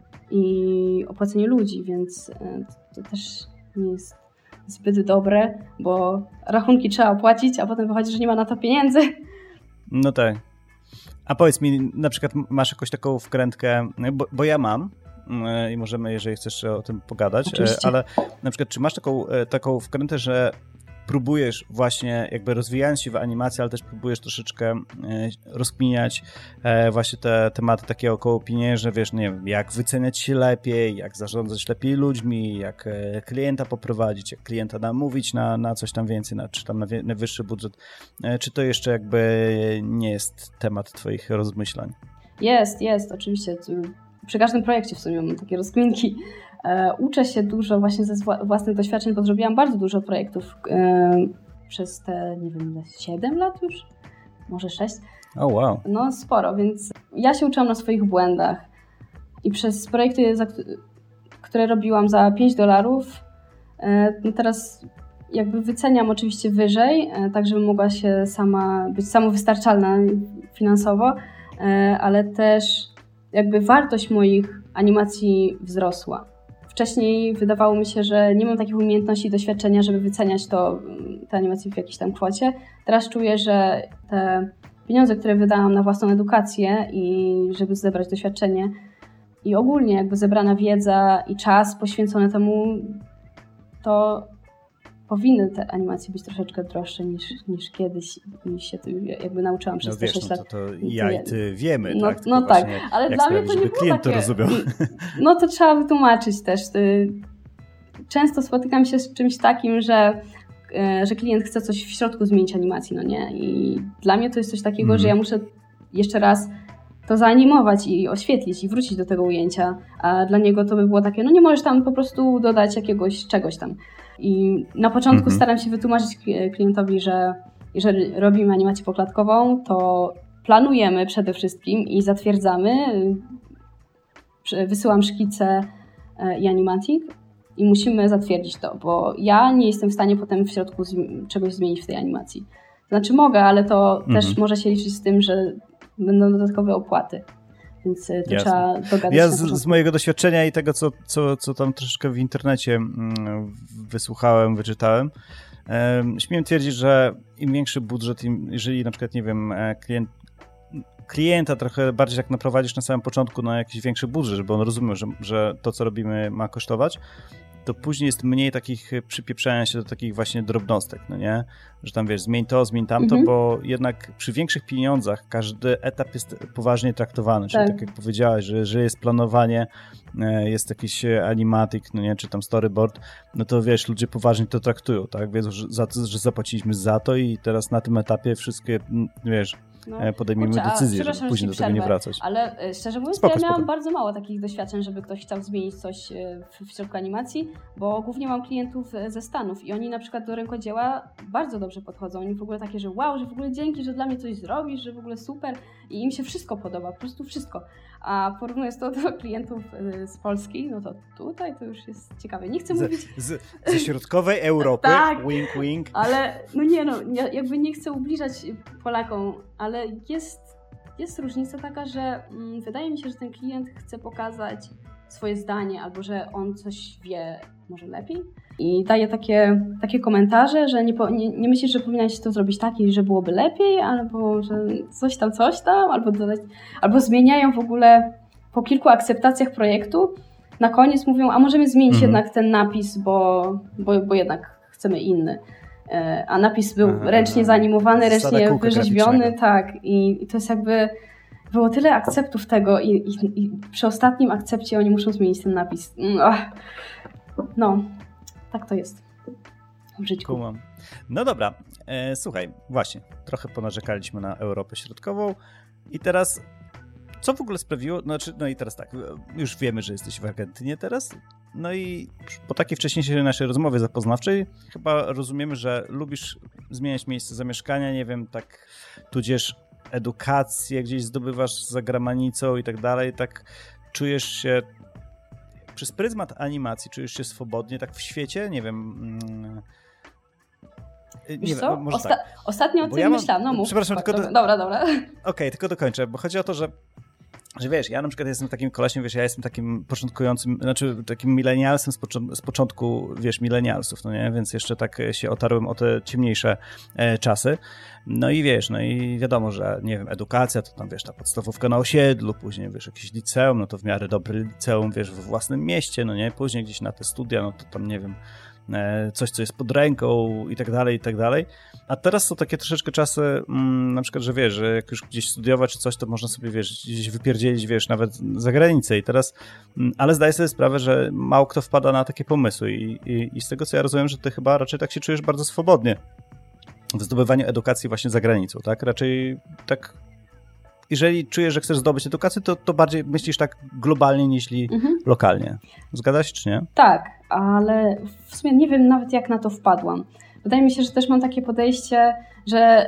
i opłaceniu ludzi, więc to też nie jest zbyt dobre, bo rachunki trzeba opłacić, a potem wychodzi, że nie ma na to pieniędzy. No tak. A powiedz mi, na przykład masz jakąś taką wkrętkę, bo, bo ja mam i możemy, jeżeli chcesz o tym pogadać, Oczywiście. ale na przykład czy masz taką, taką wkrętę, że próbujesz właśnie jakby rozwijając się w animacji, ale też próbujesz troszeczkę rozkminiać właśnie te tematy takie około pieniężne, wiesz, nie wiem, jak wyceniać się lepiej, jak zarządzać lepiej ludźmi, jak klienta poprowadzić, jak klienta namówić na, na coś tam więcej, na, czy tam na, na wyższy budżet. Czy to jeszcze jakby nie jest temat twoich rozmyślań? Jest, jest, oczywiście. przy każdym projekcie w sumie mam takie rozkminki. E, uczę się dużo właśnie ze własnych doświadczeń, bo zrobiłam bardzo dużo projektów e, przez te, nie wiem, siedem lat już? Może sześć? O oh, wow. No sporo, więc ja się uczyłam na swoich błędach i przez projekty, za, które robiłam za pięć dolarów, e, no teraz jakby wyceniam oczywiście wyżej, e, tak żebym mogła się sama być samowystarczalna finansowo, e, ale też jakby wartość moich animacji wzrosła. Wcześniej wydawało mi się, że nie mam takich umiejętności i doświadczenia, żeby wyceniać to, te animacje w jakiejś tam kwocie. Teraz czuję, że te pieniądze, które wydałam na własną edukację i żeby zebrać doświadczenie i ogólnie jakby zebrana wiedza i czas poświęcony temu, to powinny te animacje być troszeczkę droższe niż, niż kiedyś i się to jakby nauczyłam przez no te wiesz, sześć no lat. To, to ja i ty wiemy, no, tak? No tak, ale dla mnie to nie było klient takie... to rozumiał. No to trzeba wytłumaczyć też. Często spotykam się z czymś takim, że, że klient chce coś w środku zmienić animacji, no nie? I dla mnie to jest coś takiego, mm. że ja muszę jeszcze raz to zaanimować i oświetlić i wrócić do tego ujęcia, a dla niego to by było takie, no nie możesz tam po prostu dodać jakiegoś czegoś tam. I na początku mm-hmm. staram się wytłumaczyć klientowi, że jeżeli robimy animację poklatkową, to planujemy przede wszystkim i zatwierdzamy. Wysyłam szkice i animatik i musimy zatwierdzić to, bo ja nie jestem w stanie potem w środku czegoś zmienić w tej animacji. Znaczy mogę, ale to mm-hmm. też może się liczyć z tym, że będą dodatkowe opłaty. Więc to Jasne. Trzeba dogadać. Ja z, z mojego doświadczenia i tego, co, co, co tam troszeczkę w internecie wysłuchałem, wyczytałem, um, śmiem twierdzić, że im większy budżet, im, jeżeli na przykład, nie wiem, klient, klienta trochę bardziej jak naprowadzisz na samym początku na jakiś większy budżet, żeby on rozumiał, że, że to, co robimy, ma kosztować, to później jest mniej takich przypieprzania się do takich właśnie drobnostek, no nie? Że tam, wiesz, zmień to, zmień tamto, mhm. bo jednak przy większych pieniądzach każdy etap jest poważnie traktowany, czyli tak, tak jak powiedziałaś, że, że jest planowanie, jest jakiś animatic, no nie, czy tam storyboard, no to wiesz, ludzie poważnie to traktują, tak? Wiedzą, że, za, że zapłaciliśmy za to i teraz na tym etapie wszystkie, wiesz, no, podejmijmy kurczę, decyzję, żeby później do tego nie wracać. Ale szczerze mówiąc, spoko, ja miałam spoko. bardzo mało takich doświadczeń, żeby ktoś chciał zmienić coś w, w środku animacji, bo głównie mam klientów ze Stanów i oni na przykład do rękodzieła bardzo dobrze podchodzą. Oni w ogóle takie, że wow, że w ogóle dzięki, że dla mnie coś zrobisz, że w ogóle super i im się wszystko podoba, po prostu wszystko. A porównując to do klientów z Polski, no to tutaj to już jest ciekawe. Nie chcę z, mówić... Z, ze środkowej Europy, tak, wink, wink. Ale no nie no, jakby nie chcę ubliżać Polakom, ale jest, jest różnica taka, że mm, wydaje mi się, że ten klient chce pokazać swoje zdanie albo że on coś wie może lepiej i daje takie, takie komentarze, że nie, po, nie, nie myślisz, że powinnaś to zrobić tak, że byłoby lepiej, albo że coś tam, coś tam, albo dodać, albo zmieniają w ogóle po kilku akceptacjach projektu, na koniec mówią, a możemy zmienić mhm. jednak ten napis, bo, bo, bo jednak chcemy inny. A napis był aha, ręcznie zaanimowany, ręcznie wyrzeźbiony, tak. I, I to jest jakby, było tyle akceptów tego i, i, i przy ostatnim akcepcie oni muszą zmienić ten napis. No, tak to jest w życiu. Kumam. No dobra, e, słuchaj, właśnie, trochę ponarzekaliśmy na Europę Środkową i teraz, co w ogóle sprawiło, znaczy, no i teraz tak, już wiemy, że jesteś w Argentynie teraz, no i po takiej wcześniejszej naszej rozmowie zapoznawczej chyba rozumiemy, że lubisz zmieniać miejsce zamieszkania, nie wiem, tak tudzież edukację gdzieś zdobywasz za granicą i tak dalej, tak czujesz się przez pryzmat animacji, czujesz się swobodnie tak w świecie, nie wiem... Mm, Wiesz nie co? Wiem, może Osta- tak. Ostatnio o tym ja mam... myślałam, no mów. Przepraszam, tylko... Do... Dobra, dobra. Okej, okay, tylko dokończę, bo chodzi o to, że że wiesz, ja na przykład jestem takim kolesiem, wiesz, ja jestem takim początkującym, znaczy takim milenialsem z, pocz- z początku, wiesz, milenialsów, no nie, więc jeszcze tak się otarłem o te ciemniejsze e, czasy, no i wiesz, no i wiadomo, że, nie wiem, edukacja, to tam, wiesz, ta podstawówka na osiedlu, później, wiesz, jakieś liceum, no to w miarę dobre liceum, wiesz, we własnym mieście, no nie, później gdzieś na te studia, no to tam, nie wiem, coś, co jest pod ręką i tak dalej, i tak dalej. A teraz są takie troszeczkę czasy, mm, na przykład, że wiesz, że jak już gdzieś studiować czy coś, to można sobie, wiesz, gdzieś wypierdzielić, wiesz, nawet za granicę i teraz, mm, ale zdaję sobie sprawę, że mało kto wpada na takie pomysły i, i, i z tego, co ja rozumiem, że ty chyba raczej tak się czujesz bardzo swobodnie w zdobywaniu edukacji właśnie za granicą, tak? Raczej tak jeżeli czujesz, że chcesz zdobyć edukację, to, to bardziej myślisz tak globalnie niż mhm. lokalnie. Zgadza się, czy nie? Tak, ale w sumie nie wiem nawet, jak na to wpadłam. Wydaje mi się, że też mam takie podejście, że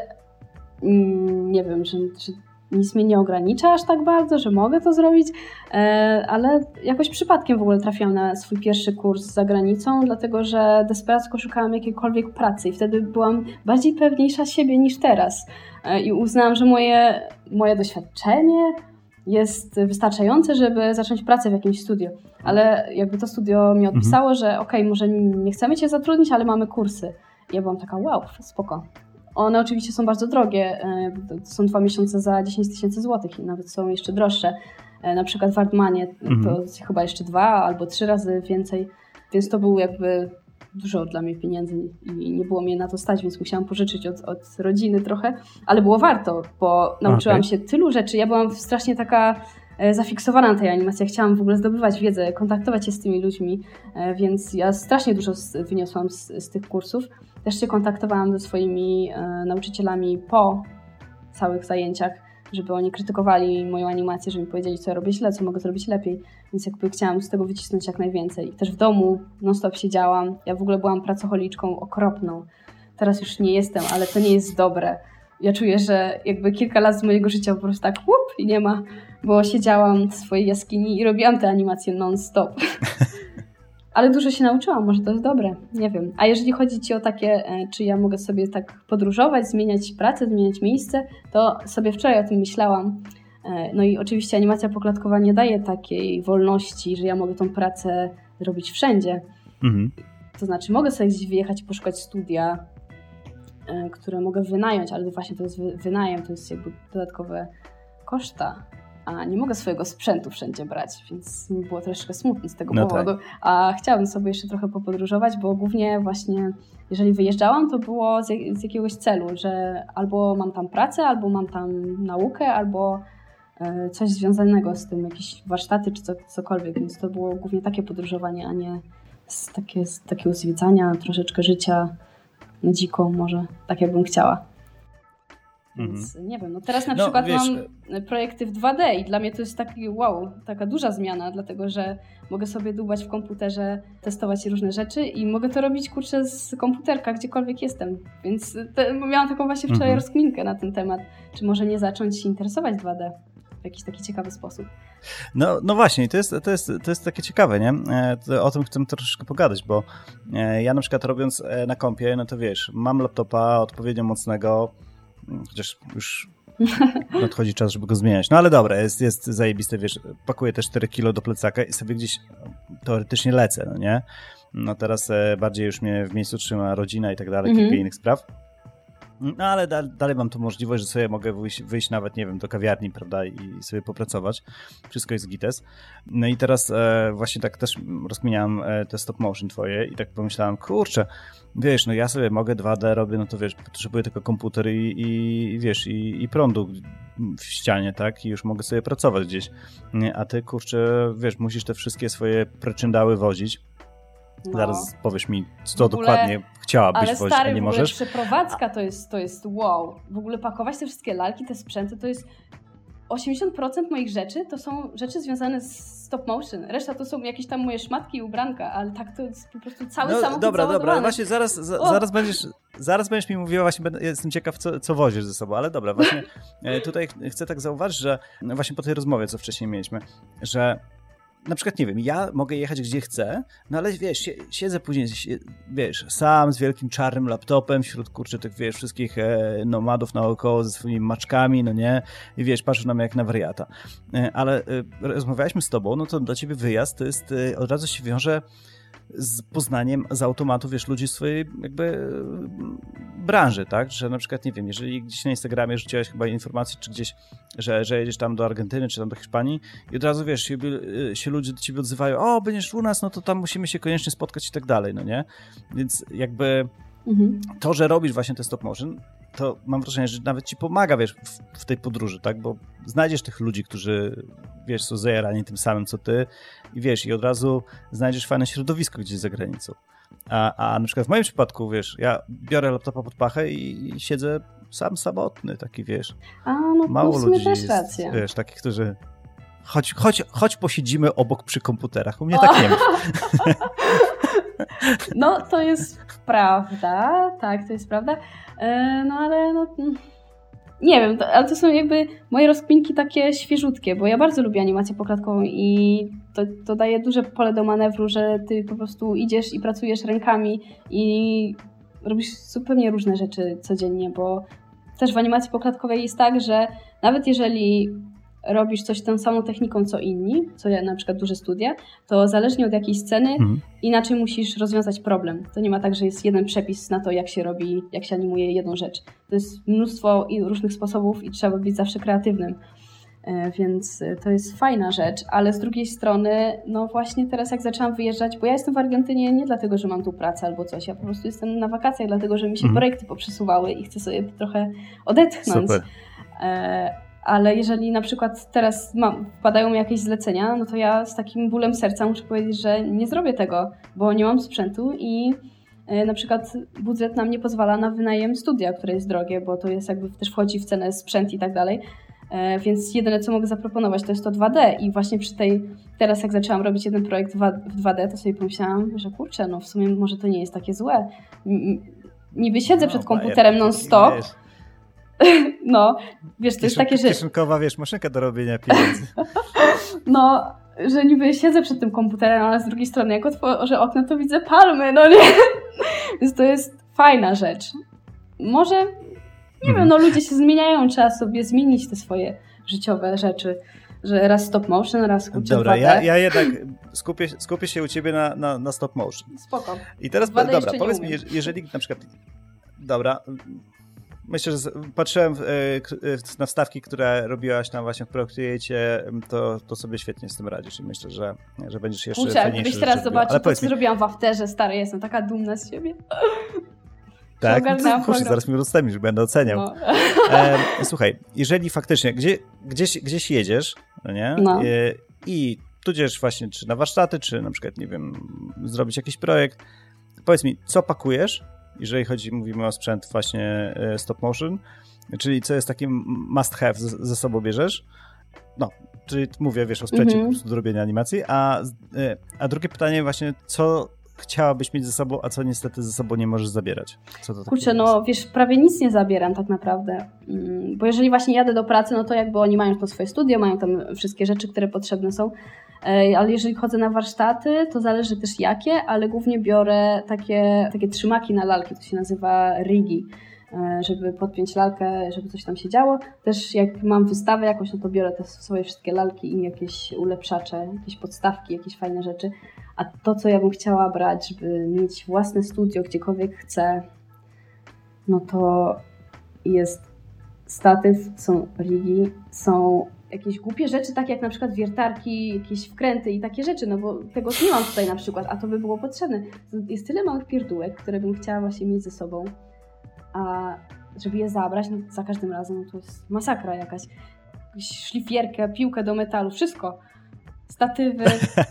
mm, nie wiem, że, że nic mnie nie ogranicza aż tak bardzo, że mogę to zrobić, ale jakoś przypadkiem w ogóle trafiłam na swój pierwszy kurs za granicą, dlatego że desperacko szukałam jakiejkolwiek pracy i wtedy byłam bardziej pewniejsza siebie niż teraz i uznałam, że moje, moje doświadczenie jest wystarczające, żeby zacząć pracę w jakimś studiu, ale jakby to studio mi odpisało, mhm. że okej, okay, może nie chcemy cię zatrudnić, ale mamy kursy. I ja byłam taka, wow, spoko. One oczywiście są bardzo drogie, to są dwa miesiące za dziesięć tysięcy złotych i nawet są jeszcze droższe. Na przykład w Artmanie mhm. to chyba jeszcze dwa albo trzy razy więcej, więc to było jakby dużo dla mnie pieniędzy i nie było mnie na to stać, więc musiałam pożyczyć od, od rodziny trochę, ale było warto, bo nauczyłam okay. się tylu rzeczy. Ja byłam strasznie taka zafiksowana na tej animacji, ja chciałam w ogóle zdobywać wiedzę, kontaktować się z tymi ludźmi, więc ja strasznie dużo wyniosłam z, z tych kursów. Też się kontaktowałam ze swoimi e, nauczycielami po całych zajęciach, żeby oni krytykowali moją animację, żeby mi powiedzieli, co ja robię źle, co mogę zrobić lepiej. Więc jakby chciałam z tego wycisnąć jak najwięcej. Też w domu non-stop siedziałam. Ja w ogóle byłam pracocholiczką okropną. Teraz już nie jestem, ale to nie jest dobre. Ja czuję, że jakby kilka lat z mojego życia po prostu tak łup i nie ma, bo siedziałam w swojej jaskini i robiłam te animacje non-stop. Ale dużo się nauczyłam, może to jest dobre, nie wiem. A jeżeli chodzi ci o takie, czy ja mogę sobie tak podróżować, zmieniać pracę, zmieniać miejsce, to sobie wczoraj o tym myślałam. No i oczywiście animacja poklatkowa nie daje takiej wolności, że ja mogę tą pracę robić wszędzie. Mhm. To znaczy mogę sobie gdzieś wyjechać i poszukać studia, które mogę wynająć, ale właśnie to jest wynajem, to jest jakby dodatkowe koszta. A nie mogę swojego sprzętu wszędzie brać, więc mi było troszkę smutno z tego no powodu. Tak. A chciałabym sobie jeszcze trochę popodróżować, bo głównie właśnie jeżeli wyjeżdżałam, to było z, z jakiegoś celu, że albo mam tam pracę, albo mam tam naukę, albo e, coś związanego z tym, jakieś warsztaty czy co, cokolwiek, więc to było głównie takie podróżowanie, a nie z, takie, z takiego zwiedzania, troszeczkę życia na dziko może, tak jakbym chciała. Więc mhm. nie wiem, no teraz na no, przykład wiesz... mam projekty w dwa D i dla mnie to jest taki wow, taka duża zmiana, dlatego że mogę sobie dłubać w komputerze, testować różne rzeczy i mogę to robić kurczę z komputerka, gdziekolwiek jestem. Więc te, miałam taką właśnie wczoraj mhm. rozkminkę na ten temat, czy może nie zacząć się interesować dwa D w jakiś taki ciekawy sposób. No, no właśnie, to jest, to, jest, to jest takie ciekawe, nie? To, o tym chcę troszeczkę pogadać, bo ja na przykład robiąc na kompie, no to wiesz, mam laptopa odpowiednio mocnego, chociaż już nadchodzi czas, żeby go zmieniać. No ale dobra, jest, jest zajebiste, wiesz, pakuję te cztery kilo do plecaka i sobie gdzieś teoretycznie lecę, no nie? No teraz e, bardziej już mnie w miejscu trzyma rodzina i tak dalej, kilka innych spraw. No ale da, dalej mam tu możliwość, że sobie mogę wyjść, wyjść nawet, nie wiem, do kawiarni, prawda, i sobie popracować. Wszystko jest gites. No i teraz e, właśnie tak też rozkminiałem e, te stop motion twoje i tak pomyślałem, kurczę, wiesz, no ja sobie mogę dwa D robię, no to wiesz, potrzebuję tylko komputer i, i wiesz, i, i prądu w ścianie, tak, i już mogę sobie pracować gdzieś. A ty, kurczę, wiesz, musisz te wszystkie swoje preczyndały wozić. No. Zaraz powiesz mi, co ogóle, dokładnie chciałabyś ale wozić, stary, a nie możesz. Ale przeprowadzka to jest, to jest wow. W ogóle pakować te wszystkie lalki, te sprzęty, to jest osiemdziesiąt procent moich rzeczy to są rzeczy związane z stop motion. Reszta to są jakieś tam moje szmatki i ubranka, ale tak to jest po prostu cały no, samochód Dobra, załadowany. dobra, właśnie zaraz, za, zaraz, będziesz, zaraz będziesz mi mówiła, właśnie będę, jestem ciekaw, co, co wozisz ze sobą, ale dobra, właśnie tutaj chcę tak zauważyć, że właśnie po tej rozmowie, co wcześniej mieliśmy, że na przykład, nie wiem, ja mogę jechać gdzie chcę, no ale wiesz, siedzę później, wiesz, sam z wielkim czarnym laptopem wśród, kurczę, tych, wiesz, wszystkich e, nomadów naokoło ze swoimi maczkami, no nie, i wiesz, patrzę na mnie jak na wariata. E, ale e, rozmawialiśmy z tobą, no to dla ciebie wyjazd to jest, e, od razu się wiąże z poznaniem z automatu, wiesz, ludzi z swojej jakby branży, tak, że na przykład, nie wiem, jeżeli gdzieś na Instagramie rzuciłeś chyba informację, czy gdzieś, że, że jedziesz tam do Argentyny, czy tam do Hiszpanii i od razu, wiesz, się, się ludzie do ciebie odzywają, o, będziesz u nas, no to tam musimy się koniecznie spotkać i tak dalej, no nie, więc jakby mhm. to, że robisz właśnie te stop motion, to mam wrażenie, że nawet ci pomaga, wiesz, w, w tej podróży, tak, bo znajdziesz tych ludzi, którzy, wiesz, są zajarani tym samym, co ty i wiesz, i od razu znajdziesz fajne środowisko gdzieś za granicą. A, a na przykład w moim przypadku, wiesz, ja biorę laptopa pod pachę i, i siedzę sam samotny, taki wiesz. A, no mało w sumie ludzi też jest, racja. Wiesz, takich, którzy chodź, chodź, chodź posiedzimy obok przy komputerach. U mnie tak nie ma. No, to jest prawda, tak, to jest prawda. No ale no... Nie wiem, to, ale to są jakby moje rozkminki takie świeżutkie, bo ja bardzo lubię animację poklatkową i to, to daje duże pole do manewru, że ty po prostu idziesz i pracujesz rękami i robisz zupełnie różne rzeczy codziennie, bo też w animacji poklatkowej jest tak, że nawet jeżeli robisz coś tą samą techniką co inni, co ja na przykład duże studia, to zależnie od jakiej sceny mhm. inaczej musisz rozwiązać problem. To nie ma tak, że jest jeden przepis na to, jak się robi, jak się animuje jedną rzecz. To jest mnóstwo różnych sposobów i trzeba być zawsze kreatywnym. Więc to jest fajna rzecz, ale z drugiej strony, no właśnie teraz jak zaczęłam wyjeżdżać, bo ja jestem w Argentynie nie dlatego, że mam tu pracę albo coś, ja po prostu jestem na wakacjach, dlatego, że mi się mhm. projekty poprzesuwały i chcę sobie trochę odetchnąć. Super. Ale jeżeli na przykład teraz mam, wpadają mi jakieś zlecenia, no to ja z takim bólem serca muszę powiedzieć, że nie zrobię tego, bo nie mam sprzętu i na przykład budżet nam nie pozwala na wynajem studia, które jest drogie, bo to jest jakby też wchodzi w cenę sprzęt i tak dalej. Więc jedyne, co mogę zaproponować, to jest to dwa D i właśnie przy tej, teraz jak zaczęłam robić jeden projekt w dwa D, to sobie pomyślałam, że kurczę, no w sumie może to nie jest takie złe. Niby siedzę no, przed komputerem non-stop. No, wiesz, to Kieszyn, jest takie, że... Kieszynkowa, wiesz, maszynka do robienia pieniędzy. No, że niby siedzę przed tym komputerem, ale z drugiej strony jak otworzę okno, to widzę palmy, no nie? Więc to jest fajna rzecz. Może, nie mhm. wiem, no ludzie się zmieniają, trzeba sobie zmienić te swoje życiowe rzeczy, że raz stop motion, raz kurczę Dobra, ja, ja jednak skupię, skupię się u ciebie na, na, na stop motion. Spoko. I teraz, dobra, powiedz mi, jeżeli na przykład, dobra... Myślę, że patrzyłem na wstawki, które robiłaś tam właśnie w Procreate, to, to sobie świetnie z tym radzisz i myślę, że, że będziesz jeszcze Kurczę, fajniejszy. Gdybyś teraz zobaczył to, co mi... zrobiłam w Afterze, stary, jestem taka dumna z siebie. Tak? No, kurczę, zaraz mi udostępnisz, będę oceniał. No. E, słuchaj, jeżeli faktycznie gdzie, gdzieś, gdzieś jedziesz, no nie? No. E, i tudzież właśnie czy na warsztaty, czy na przykład, nie wiem, zrobić jakiś projekt, powiedz mi, co pakujesz? Jeżeli chodzi, mówimy o sprzęt właśnie stop motion, czyli co jest takim must have ze sobą bierzesz, no, czyli mówię, wiesz, o sprzęcie mm-hmm. po prostu do robienia animacji, a, a drugie pytanie właśnie, co chciałabyś mieć ze sobą, a co niestety ze sobą nie możesz zabierać? Co to Kurczę, no jest? Wiesz, prawie nic nie zabieram tak naprawdę, bo jeżeli właśnie jadę do pracy, no to jakby oni mają to swoje studio, mają tam wszystkie rzeczy, które potrzebne są, ale jeżeli chodzę na warsztaty, to zależy też jakie, ale głównie biorę takie, takie trzymaki na lalki, to się nazywa rigi, żeby podpiąć lalkę, żeby coś tam się działo. Też jak mam wystawę jakąś, no to biorę te swoje wszystkie lalki i jakieś ulepszacze, jakieś podstawki, jakieś fajne rzeczy. A to, co ja bym chciała brać, żeby mieć własne studio, gdziekolwiek chcę, no to jest statyw, są rigi, są jakieś głupie rzeczy, takie jak na przykład wiertarki, jakieś wkręty i takie rzeczy, no bo tego nie mam tutaj na przykład, a to by było potrzebne. Jest tyle małych pierdółek, które bym chciała właśnie mieć ze sobą, a żeby je zabrać, no za każdym razem no to jest masakra jakaś. Szlifierkę, piłkę do metalu, wszystko. Statywy,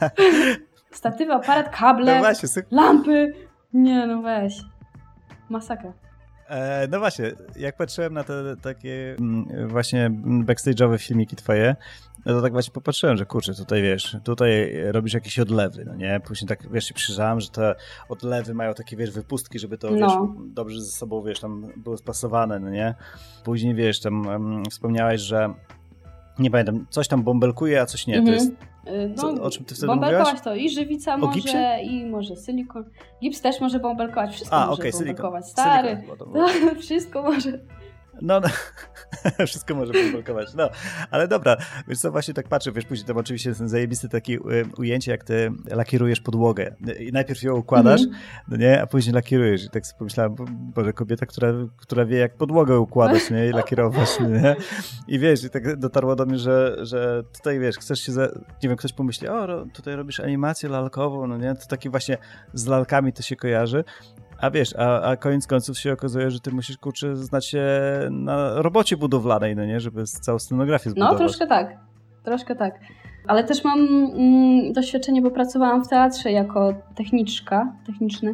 statywy, aparat, kable, no właśnie, lampy. Nie, no weź. Masakra. E, no właśnie, jak patrzyłem na te takie właśnie backstage'owe filmiki twoje, no to tak właśnie popatrzyłem, że kurczę, tutaj wiesz, tutaj robisz jakieś odlewy, no nie? Później tak, wiesz, się przyjrzałem, że te odlewy mają takie, wiesz, wypustki, żeby to, no. wiesz, dobrze ze sobą, wiesz, tam było spasowane, no nie? Później, wiesz, tam um, wspomniałeś, że nie pamiętam, coś tam bąbelkuje, a coś nie, mhm. to jest... Co, no, o czym ty wtedy bąbelkować mówiłaś? To i żywica może, i może silikon. Gips też może bąbelkować, wszystko a, może okay, bąbelkować. Stary, silikon, no, wszystko może. No, no. Wszystko może bąbelkować, no. Ale dobra, wiesz co, właśnie tak patrzę, wiesz, później tam oczywiście ten zajebisty taki ujęcie, jak ty lakierujesz podłogę. I najpierw ją układasz, mm-hmm. no nie, a później lakierujesz. I tak sobie pomyślałem, Boże, kobieta, która, która wie, jak podłogę układać, nie, i lakierować, nie. I wiesz, i tak dotarło do mnie, że, że tutaj, wiesz, chcesz się, za... nie wiem, ktoś pomyśli, o, tutaj robisz animację lalkową, no nie, to taki właśnie z lalkami to się kojarzy. A wiesz, a, a koniec końców się okazuje, że ty musisz, kurczę, znać się na robocie budowlanej, no nie? Żeby całą scenografię zbudować. No, troszkę tak. Troszkę tak. Ale też mam mm, doświadczenie, bo pracowałam w teatrze jako techniczka, techniczny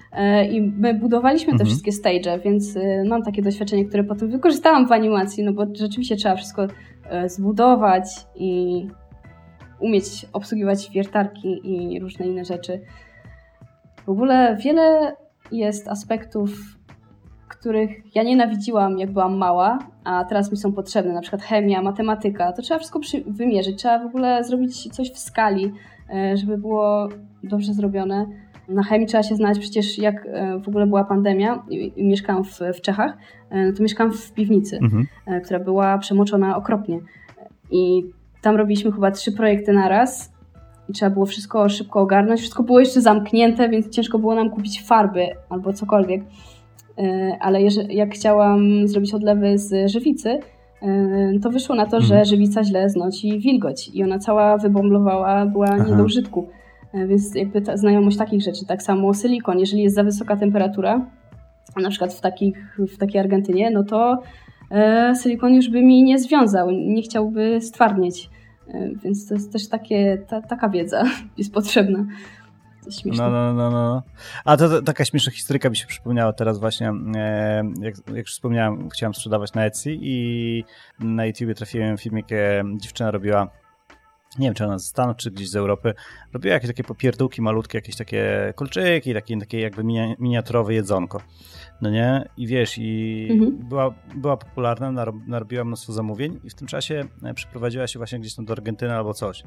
i my budowaliśmy te mhm. wszystkie stage'e, więc mam takie doświadczenie, które potem wykorzystałam w animacji, no bo rzeczywiście trzeba wszystko zbudować i umieć obsługiwać wiertarki i różne inne rzeczy. W ogóle wiele jest aspektów, których ja nienawidziłam, jak byłam mała, a teraz mi są potrzebne, na przykład chemia, matematyka. To trzeba wszystko przy- wymierzyć, trzeba w ogóle zrobić coś w skali, żeby było dobrze zrobione. Na chemii trzeba się znać, przecież jak w ogóle była pandemia i, i mieszkałam w, w Czechach, to mieszkałam w piwnicy, mhm. która była przemoczona okropnie. I tam robiliśmy chyba trzy projekty na raz i trzeba było wszystko szybko ogarnąć. Wszystko było jeszcze zamknięte, więc ciężko było nam kupić farby albo cokolwiek. Ale jeżeli, jak chciałam zrobić odlewy z żywicy, to wyszło na to, że żywica źle znosi wilgoć i ona cała wybomblowała, była Aha. nie do użytku. Więc jakby ta znajomość takich rzeczy. Tak samo silikon, jeżeli jest za wysoka temperatura, na przykład w, takich, w takiej Argentynie, no to e, silikon już by mi nie związał, nie chciałby stwardnieć. E, więc to jest też takie, ta, taka wiedza jest potrzebna. No, no, no, no. A to, to taka śmieszna historyjka mi się przypomniała teraz właśnie, e, jak, jak już wspomniałem, chciałem sprzedawać na Etsy i na YouTubie trafiłem filmik, e, dziewczyna robiła, nie wiem czy ona z Stanów, czy gdzieś z Europy, robiła jakieś takie popierdółki malutkie, jakieś takie kolczyki, takie, takie jakby mini, miniaturowe jedzonko. No nie? I wiesz, i mhm. była, była popularna, narobiła mnóstwo zamówień i w tym czasie przeprowadziła się właśnie gdzieś tam do Argentyny albo coś.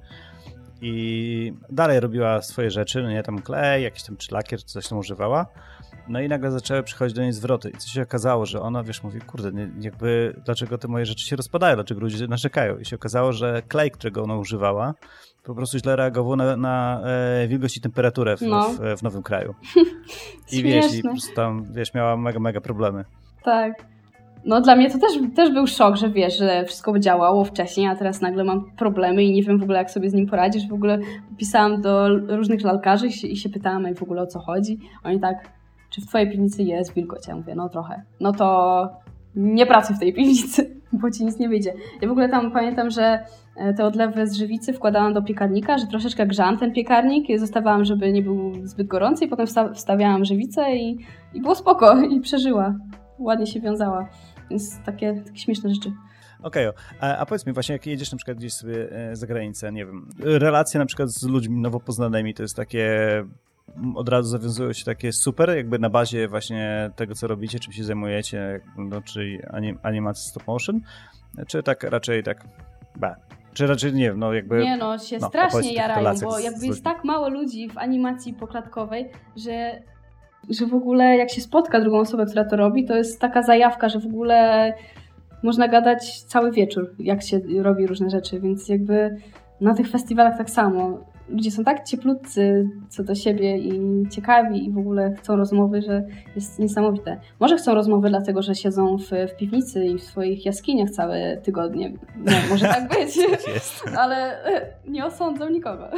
I dalej robiła swoje rzeczy, no nie, tam klej, jakiś tam czy lakier, czy coś tam używała. No i nagle zaczęły przychodzić do niej zwroty. I co się okazało, że ona, wiesz, mówi, kurde, nie, jakby dlaczego te moje rzeczy się rozpadają, dlaczego ludzie narzekają. I się okazało, że klej, którego ona używała, po prostu źle reagował na, na e, wilgoć i temperaturę w, no. w, w nowym kraju. I wiesz, i po prostu tam, wiesz, miała mega, mega problemy. Tak. No dla mnie to też, też był szok, że wiesz, że wszystko działało wcześniej, a teraz nagle mam problemy i nie wiem w ogóle jak sobie z nim poradzić. W ogóle pisałam do różnych lalkarzy i się, i się pytałam w ogóle o co chodzi. Oni tak, czy w twojej piwnicy jest wilgoć? Ja mówię, no trochę. No to nie pracuj w tej piwnicy, bo ci nic nie wyjdzie. Ja w ogóle tam pamiętam, że te odlewy z żywicy wkładałam do piekarnika, że troszeczkę grzałam ten piekarnik i zostawiałam, żeby nie był zbyt gorący i potem wsta- wstawiałam żywicę i, i było spoko i przeżyła. Ładnie się wiązała. Więc takie, takie śmieszne rzeczy. Okej, okay. a, a powiedz mi właśnie, jak jedziesz na przykład gdzieś sobie za granicę, nie wiem, relacje na przykład z ludźmi nowo poznanymi, to jest takie, od razu zawiązują się takie super, jakby na bazie właśnie tego, co robicie, czym się zajmujecie, no, czyli anim, animacja stop motion, czy tak raczej tak, ba, czy raczej nie wiem, no jakby... Nie no, się no, strasznie jarają, bo jakby jest tak mało ludzi w animacji poklatkowej, że... że w ogóle jak się spotka drugą osobę, która to robi, to jest taka zajawka, że w ogóle można gadać cały wieczór, jak się robi różne rzeczy, więc jakby na tych festiwalach tak samo. Ludzie są tak cieplutcy co do siebie i ciekawi i w ogóle chcą rozmowy, że jest niesamowite. Może chcą rozmowy dlatego, że siedzą w, w piwnicy i w swoich jaskiniach całe tygodnie. No, może tak być, ale nie osądzą nikogo.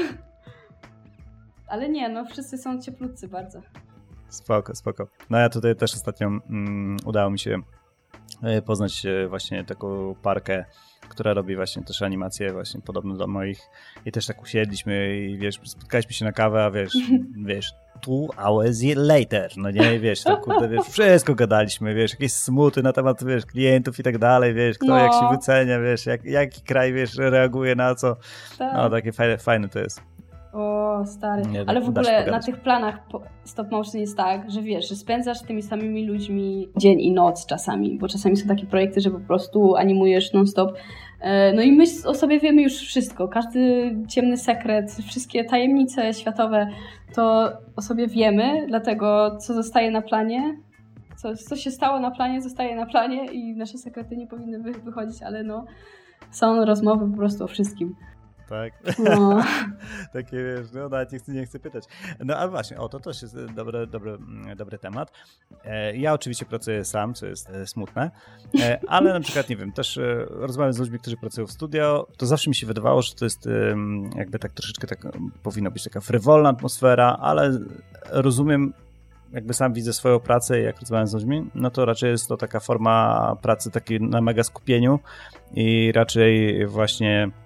Ale nie, no wszyscy są cieplutcy bardzo. Spoko, spoko. No ja tutaj też ostatnio um, udało mi się poznać właśnie taką parkę, która robi właśnie też animacje właśnie podobne do moich i też tak usiedliśmy i wiesz, spotkaliśmy się na kawę, a wiesz, wiesz, two hours later, no nie, wiesz, to kurde, wiesz, wszystko gadaliśmy, wiesz, jakieś smuty na temat, wiesz, klientów i tak dalej, wiesz, kto no. jak się wycenia, wiesz, jak, jaki kraj, wiesz, reaguje na co, tak. No takie fajne, fajne to jest. O, stary. Nie, ale w ogóle na tych planach stop motion jest tak, że wiesz, że spędzasz tymi samymi ludźmi dzień i noc czasami, bo czasami są takie projekty, że po prostu animujesz non-stop. No i my o sobie wiemy już wszystko. Każdy ciemny sekret, wszystkie tajemnice światowe, to o sobie wiemy, dlatego co zostaje na planie, co, co się stało na planie, zostaje na planie i nasze sekrety nie powinny wy, wychodzić, ale no są rozmowy po prostu o wszystkim. Tak? No. Takie wiesz, no nawet nie chcę, nie chcę pytać. No ale właśnie, o to też jest dobry, dobry, dobry temat. E, ja oczywiście pracuję sam, co jest e, smutne, e, ale na przykład, nie wiem, też e, rozmawiam z ludźmi, którzy pracują w studio, to zawsze mi się wydawało, że to jest e, jakby tak troszeczkę tak powinna być taka frywolna atmosfera, ale rozumiem, jakby sam widzę swoją pracę i jak rozmawiam z ludźmi, no to raczej jest to taka forma pracy takiej na mega skupieniu i raczej właśnie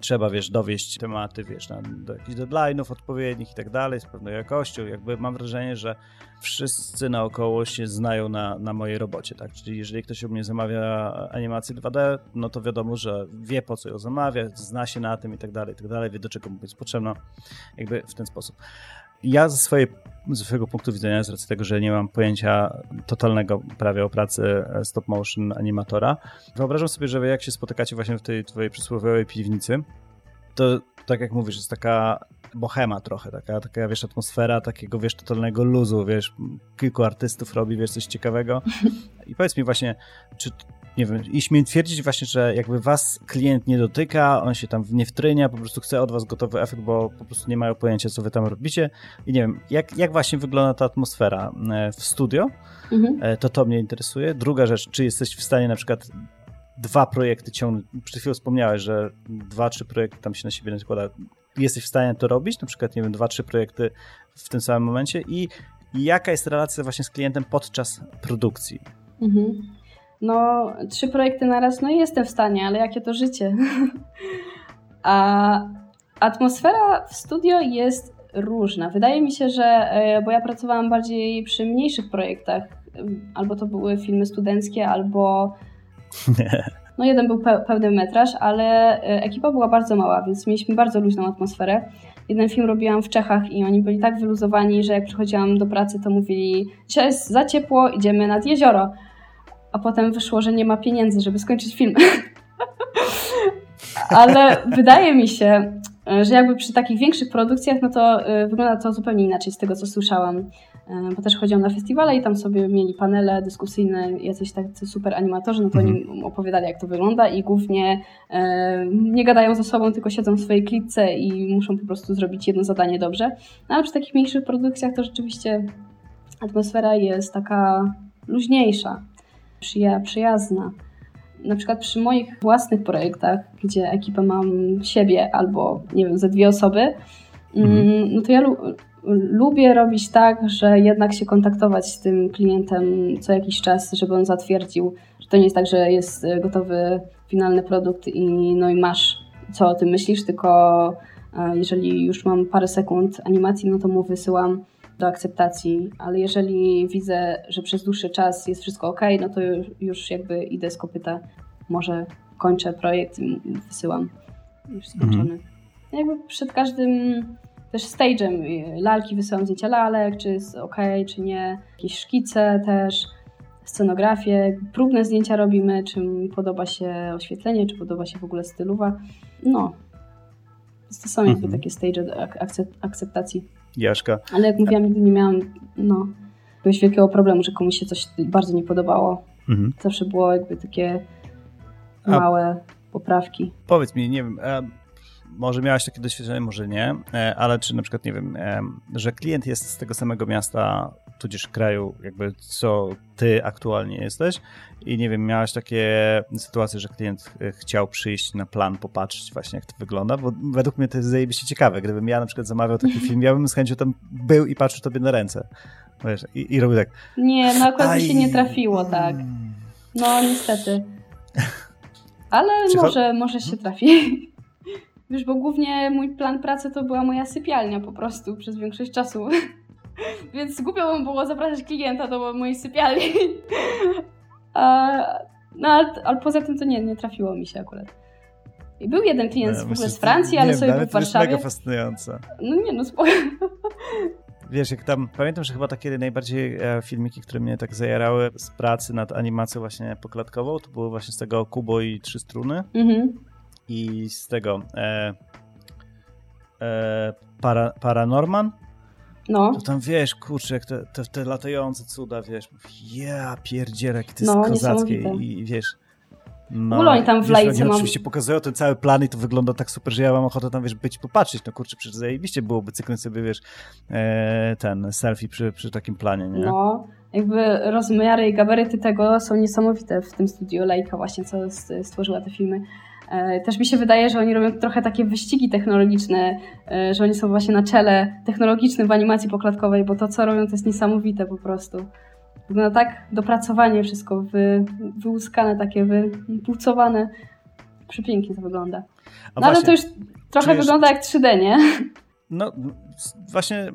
trzeba, wiesz, dowieść tematy, wiesz, na, do jakichś deadline'ów odpowiednich i tak dalej, z pewną jakością. Jakby mam wrażenie, że wszyscy naokoło się znają na, na mojej robocie, tak? Czyli jeżeli ktoś u mnie zamawia animację dwa D, no to wiadomo, że wie, po co ją zamawia, zna się na tym i tak dalej, i tak dalej, wie, do czego mu jest potrzebna, jakby w ten sposób. Ja ze, swojej, ze swojego punktu widzenia, z racji tego, że nie mam pojęcia totalnego prawie o pracy stop motion animatora, wyobrażam sobie, że wy jak się spotykacie właśnie w tej twojej przysłowiowej piwnicy, to tak jak mówisz, jest taka bohema trochę, taka, taka wiesz, atmosfera takiego, wiesz, totalnego luzu, wiesz, kilku artystów robi, wiesz, coś ciekawego. I powiedz mi właśnie, czy nie wiem, i śmiem twierdzić właśnie, że jakby was klient nie dotyka, on się tam nie wtrynia, po prostu chce od was gotowy efekt, bo po prostu nie mają pojęcia, co wy tam robicie. I nie wiem, jak, jak właśnie wygląda ta atmosfera w studio, mhm. to to mnie interesuje. Druga rzecz, czy jesteś w stanie na przykład dwa projekty ciągnąć, przed chwilą wspomniałeś, że dwa, trzy projekty tam się na siebie nakłada. Jesteś w stanie to robić? Na przykład, nie wiem, dwa, trzy projekty w tym samym momencie i jaka jest relacja właśnie z klientem podczas produkcji? Mhm. No, trzy projekty na raz, no i jestem w stanie, ale jakie to życie. A atmosfera w studio jest różna. Wydaje mi się, że, bo ja pracowałam bardziej przy mniejszych projektach, albo to były filmy studenckie, albo no jeden był pełny metraż, ale ekipa była bardzo mała, więc mieliśmy bardzo luźną atmosferę. Jeden film robiłam w Czechach i oni byli tak wyluzowani, że jak przychodziłam do pracy, to mówili, dzisiaj jest za ciepło, idziemy nad jezioro. A potem wyszło, że nie ma pieniędzy, żeby skończyć film. Ale wydaje mi się, że jakby przy takich większych produkcjach, no to wygląda to zupełnie inaczej z tego, co słyszałam. Bo też chodziłam na festiwale i tam sobie mieli panele dyskusyjne, jacyś tacy super animatorzy, no to oni opowiadali, jak to wygląda i głównie nie gadają ze sobą, tylko siedzą w swojej klitce i muszą po prostu zrobić jedno zadanie dobrze. No ale przy takich mniejszych produkcjach to rzeczywiście atmosfera jest taka luźniejsza. Przyja- przyjazna. Na przykład przy moich własnych projektach, gdzie ekipę mam siebie albo, nie wiem, ze dwie osoby, mhm. no to ja lu- lubię robić tak, że jednak się kontaktować z tym klientem co jakiś czas, żeby on zatwierdził, że to nie jest tak, że jest gotowy finalny produkt i no i masz, co o tym myślisz, tylko jeżeli już mam parę sekund animacji, no to mu wysyłam do akceptacji, ale jeżeli widzę, że przez dłuższy czas jest wszystko ok, no to już jakby idę z kopyta, może kończę projekt i wysyłam. Już skończony. Mhm. Jakby przed każdym też stage'em lalki wysyłam zdjęcia lalek, czy jest ok, czy nie. Jakieś szkice też, scenografię, próbne zdjęcia robimy, czy mi podoba się oświetlenie, czy podoba się w ogóle stylowa. No, to są jakby mhm. takie stage do akcept- akceptacji. Jaszka. Ale jak mówiłam, nigdy nie miałam no, jakiegoś wielkiego problemu, że komuś się coś bardzo nie podobało. Mhm. Zawsze było jakby takie małe A poprawki. Powiedz mi, nie wiem, e, może miałaś takie doświadczenie, może nie, e, ale czy na przykład, nie wiem, e, że klient jest z tego samego miasta, tudzież kraju, jakby co ty aktualnie jesteś i nie wiem, miałaś takie sytuacje, że klient chciał przyjść na plan, popatrzeć właśnie, jak to wygląda, bo według mnie to jest zajebiście ciekawe. Gdybym ja na przykład zamawiał taki film, ja bym z chęcią tam był i patrzył tobie na ręce. Wiesz, i, i robił tak. Nie, no akurat mi się nie trafiło, tak. No niestety. Ale Przychod- może, może się trafi. Wiesz, bo głównie mój plan pracy to była moja sypialnia po prostu przez większość czasu. Więc głupio bym było zapraszać klienta do mojej sypialni. A, no ale, ale poza tym to nie, nie trafiło mi się akurat. I był jeden klient no, w ogóle z Francji, ale sobie był w Warszawie. To jest mega fascynujące. No nie, no spoko. Wiesz, jak tam, pamiętam, że chyba takie najbardziej e, filmiki, które mnie tak zajarały z pracy nad animacją właśnie poklatkową, to były właśnie z tego Kubo i Trzy Struny mhm. i z tego e, e, para, Paranorman. No. To tam wiesz, kurczę, jak te, te, te latające cuda, wiesz, ja pierdzielek, to jest no, kozackie i, i wiesz... No, Uloń tam w lajce mam... mam... oczywiście pokazują ten cały plan i to wygląda tak super, że ja mam ochotę tam, wiesz, być popatrzeć. No kurczę, przecież zajebiście byłoby cyknąć sobie, wiesz, e, ten selfie przy, przy takim planie, nie? No, jakby rozmiary i gabaryty tego są niesamowite w tym studiu Leica właśnie, co stworzyła te filmy. E, też mi się wydaje, że oni robią trochę takie wyścigi technologiczne, e, że oni są właśnie na czele technologicznym w animacji poklatkowej, bo to, co robią, to jest niesamowite po prostu. Wygląda tak dopracowanie wszystko, wy, wyłuskane takie, wypłucowane. przepięknie to wygląda. No właśnie, ale to już trochę czujesz... wygląda jak trzy D, nie? No właśnie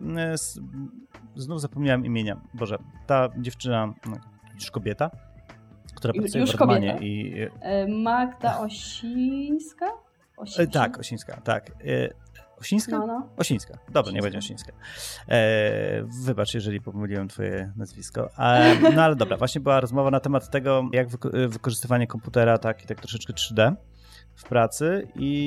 znów zapomniałem imienia. Boże, ta dziewczyna, już kobieta, która pracuje już w Ardmanie i... Magda Osińska? Osińska? Tak, Osińska, tak. Osińska? No, no. Osińska. Dobra, Osińska. Nie będzie Osińska. E, wybacz, jeżeli pomyliłem twoje nazwisko. E, no ale dobra, właśnie była rozmowa na temat tego, jak wyko- wykorzystywanie komputera tak i tak troszeczkę trzy D w pracy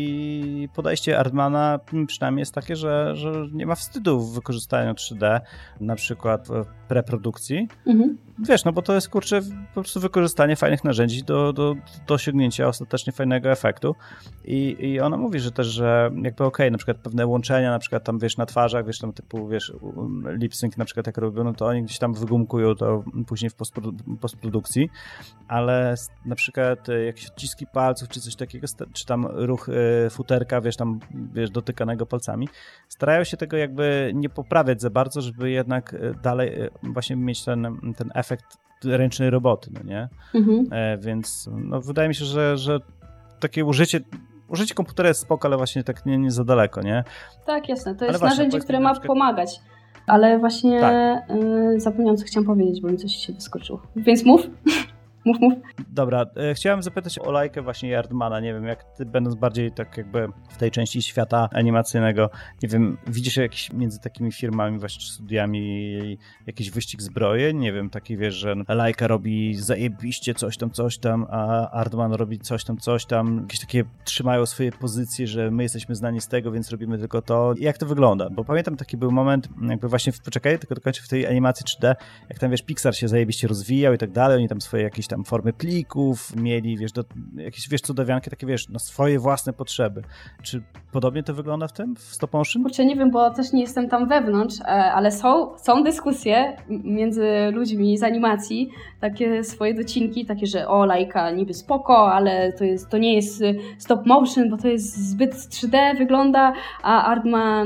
i podejście Ardmana przynajmniej jest takie, że, że nie ma wstydu w wykorzystaniu trzy D, na przykład w preprodukcji. Mhm. Wiesz, no bo to jest, kurczę, po prostu wykorzystanie fajnych narzędzi do, do, do osiągnięcia ostatecznie fajnego efektu. I, i ona mówi, że też, że jakby okej, okay, na przykład pewne łączenia, na przykład tam, wiesz, na twarzach, wiesz, tam typu, wiesz, lip sync na przykład jak robią, no to oni gdzieś tam wygumkują to później w postprodu- postprodukcji, ale na przykład jakieś odciski palców czy coś takiego, czy tam ruch y, futerka, wiesz, tam, wiesz, dotykanego palcami, starają się tego jakby nie poprawiać za bardzo, żeby jednak dalej y, właśnie mieć ten, ten efekt ręcznej roboty, no nie? Mhm. E, więc no, wydaje mi się, że, że takie użycie użycie komputera jest spoko, ale właśnie tak nie, nie za daleko, nie? Tak, jasne. To jest właśnie, narzędzie, które ma przykład... pomagać. Ale właśnie tak. y, zapomniałam, co chciałam powiedzieć, bo mi coś się wyskoczyło. Więc mów. Mów, mów. Dobra, e, chciałem zapytać o Lajkę właśnie Ardmana, nie wiem, jak ty będąc bardziej tak jakby w tej części świata animacyjnego, nie wiem, widzisz jakiś między takimi firmami właśnie, czy studiami jakiś wyścig zbrojeń, nie wiem, taki wiesz, że Lajka robi zajebiście coś tam, coś tam, a Ardman robi coś tam, coś tam, jakieś takie trzymają swoje pozycje, że my jesteśmy znani z tego, więc robimy tylko to. Jak to wygląda? Bo pamiętam taki był moment, jakby właśnie, w, poczekaj, tylko dokończę, w tej animacji trzy D, jak tam wiesz, Pixar się zajebiście rozwijał i tak dalej, oni tam swoje jakieś tam formy plików mieli, wiesz, do, jakieś, wiesz, cudawianki, takie, wiesz, na swoje własne potrzeby. Czy podobnie to wygląda w tym, w stop motion? Kurczę, nie wiem, bo też nie jestem tam wewnątrz, ale są, są dyskusje między ludźmi z animacji, takie swoje docinki, takie, że o, Lajka niby spoko, ale to, jest, to nie jest stop motion, bo to jest zbyt trzy D wygląda, a Ardman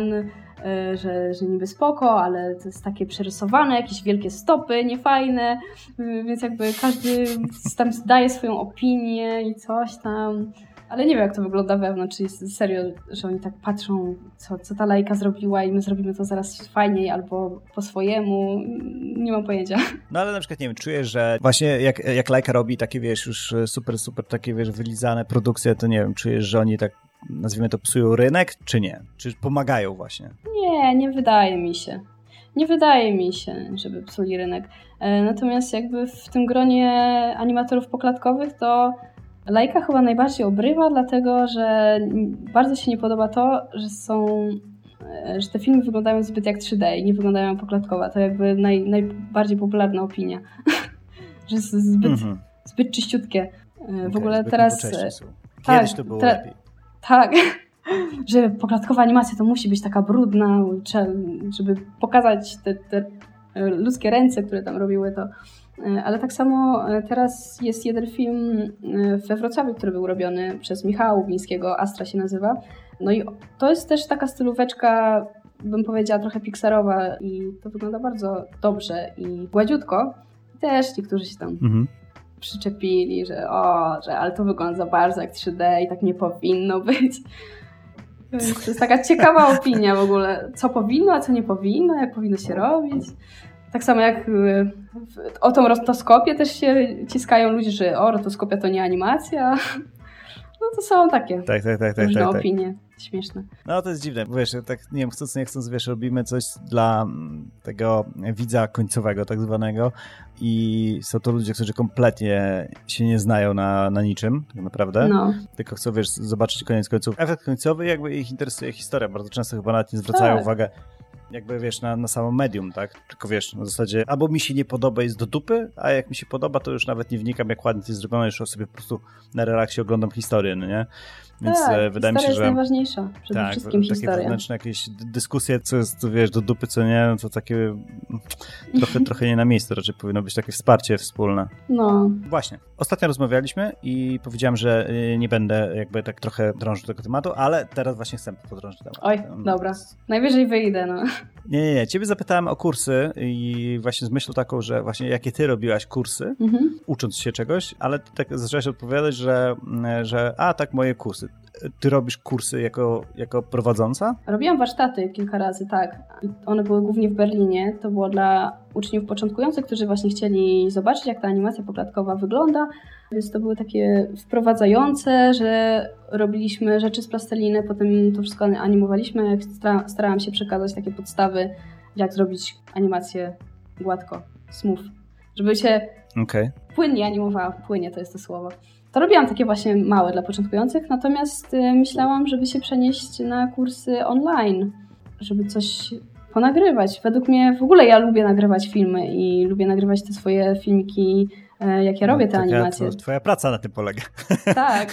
Że, że niby spoko, ale to jest takie przerysowane, jakieś wielkie stopy, niefajne, więc jakby każdy tam daje swoją opinię i coś tam, ale nie wiem, jak to wygląda wewnątrz, czy jest serio, że oni tak patrzą, co, co ta Lajka zrobiła i my zrobimy to zaraz fajniej albo po swojemu, nie mam pojęcia. No ale na przykład, nie wiem, czujesz, że właśnie jak, jak Lajka robi takie, wiesz, już super, super takie, wiesz, wylizane produkcje, to nie wiem, czujesz, że oni tak, nazwijmy to, psują rynek, czy nie? Czy pomagają właśnie? Nie, nie wydaje mi się. Nie wydaje mi się, żeby psuli rynek. Natomiast jakby w tym gronie animatorów poklatkowych to Lajka chyba najbardziej obrywa, dlatego że bardzo się nie podoba to, że są, że te filmy wyglądają zbyt jak trzy D i nie wyglądają jak poklatkowa. To jakby naj, najbardziej popularna opinia. Że są zbyt, mhm. zbyt czyściutkie. W okay, ogóle teraz... Kiedyś tak, to było te, lepiej. Tak, że poklatkowa animacja to musi być taka brudna, żeby pokazać te, te ludzkie ręce, które tam robiły to. Ale tak samo teraz jest jeden film we Wrocławiu, który był robiony przez Michała Łubińskiego, Astra się nazywa. No i to jest też taka stylóweczka, bym powiedziała, trochę pixarowa i to wygląda bardzo dobrze i gładziutko. I też niektórzy się tam mhm. przyczepili, że o, że ale to wygląda za bardzo jak trzy D i tak nie powinno być. Więc to jest taka ciekawa opinia w ogóle, co powinno, a co nie powinno, jak powinno się robić. Tak samo jak o tą rotoskopię też się ciskają ludzie, że o, rotoskopia to nie animacja. No to są takie tak, tak, tak, tak, różne tak, tak. opinie. Śmieszne. No to jest dziwne, wiesz, tak nie wiem, chcąc nie chcąc, wiesz, robimy coś dla tego widza końcowego tak zwanego i są to ludzie, którzy kompletnie się nie znają na, na niczym, tak naprawdę, no. Tylko chcą, wiesz, zobaczyć koniec końców. Efekt końcowy, jakby ich interesuje historia, bardzo często chyba nawet nie zwracają tak. uwagi jakby, wiesz, na, na samo medium, tak? Tylko, wiesz, na zasadzie albo mi się nie podoba, jest do dupy, a jak mi się podoba, to już nawet nie wnikam, jak ładnie to jest zrobione, już sobie po prostu na relaksie oglądam historię, no nie? Więc tak, e, wydaje mi się, jest że... najważniejsza, przede tak, wszystkim takie historia. wewnętrzne jakieś dyskusje, co jest, wiesz, do dupy, co nie, no to takie trochę, trochę nie na miejscu, raczej powinno być takie wsparcie wspólne. No. Właśnie. Ostatnio rozmawialiśmy i powiedziałem, że nie będę jakby tak trochę drążył do tego tematu, ale teraz właśnie chcę podrążyć temat. Oj, dobra. Najwyżej wyjdę, no. Nie, nie, nie. Ciebie zapytałem o kursy i właśnie z myślą taką, że właśnie jakie ty robiłaś kursy, mhm. ucząc się czegoś, ale ty tak zaczęłaś odpowiadać, że, że a tak, moje kursy. Ty robisz kursy jako, jako prowadząca? Robiłam warsztaty kilka razy, tak. One były głównie w Berlinie. To było dla uczniów początkujących, którzy właśnie chcieli zobaczyć, jak ta animacja poklatkowa wygląda. Więc to były takie wprowadzające, że robiliśmy rzeczy z plasteliny, potem to wszystko animowaliśmy. Starałam się przekazać takie podstawy, jak zrobić animację gładko, smooth. Żeby się okay. płynnie animowała. Płynnie to jest to słowo. To robiłam takie właśnie małe dla początkujących, natomiast myślałam, żeby się przenieść na kursy online, żeby coś ponagrywać. Według mnie w ogóle ja lubię nagrywać filmy i lubię nagrywać te swoje filmiki, jak ja robię no, te animacje. To, twoja praca na tym polega. Tak,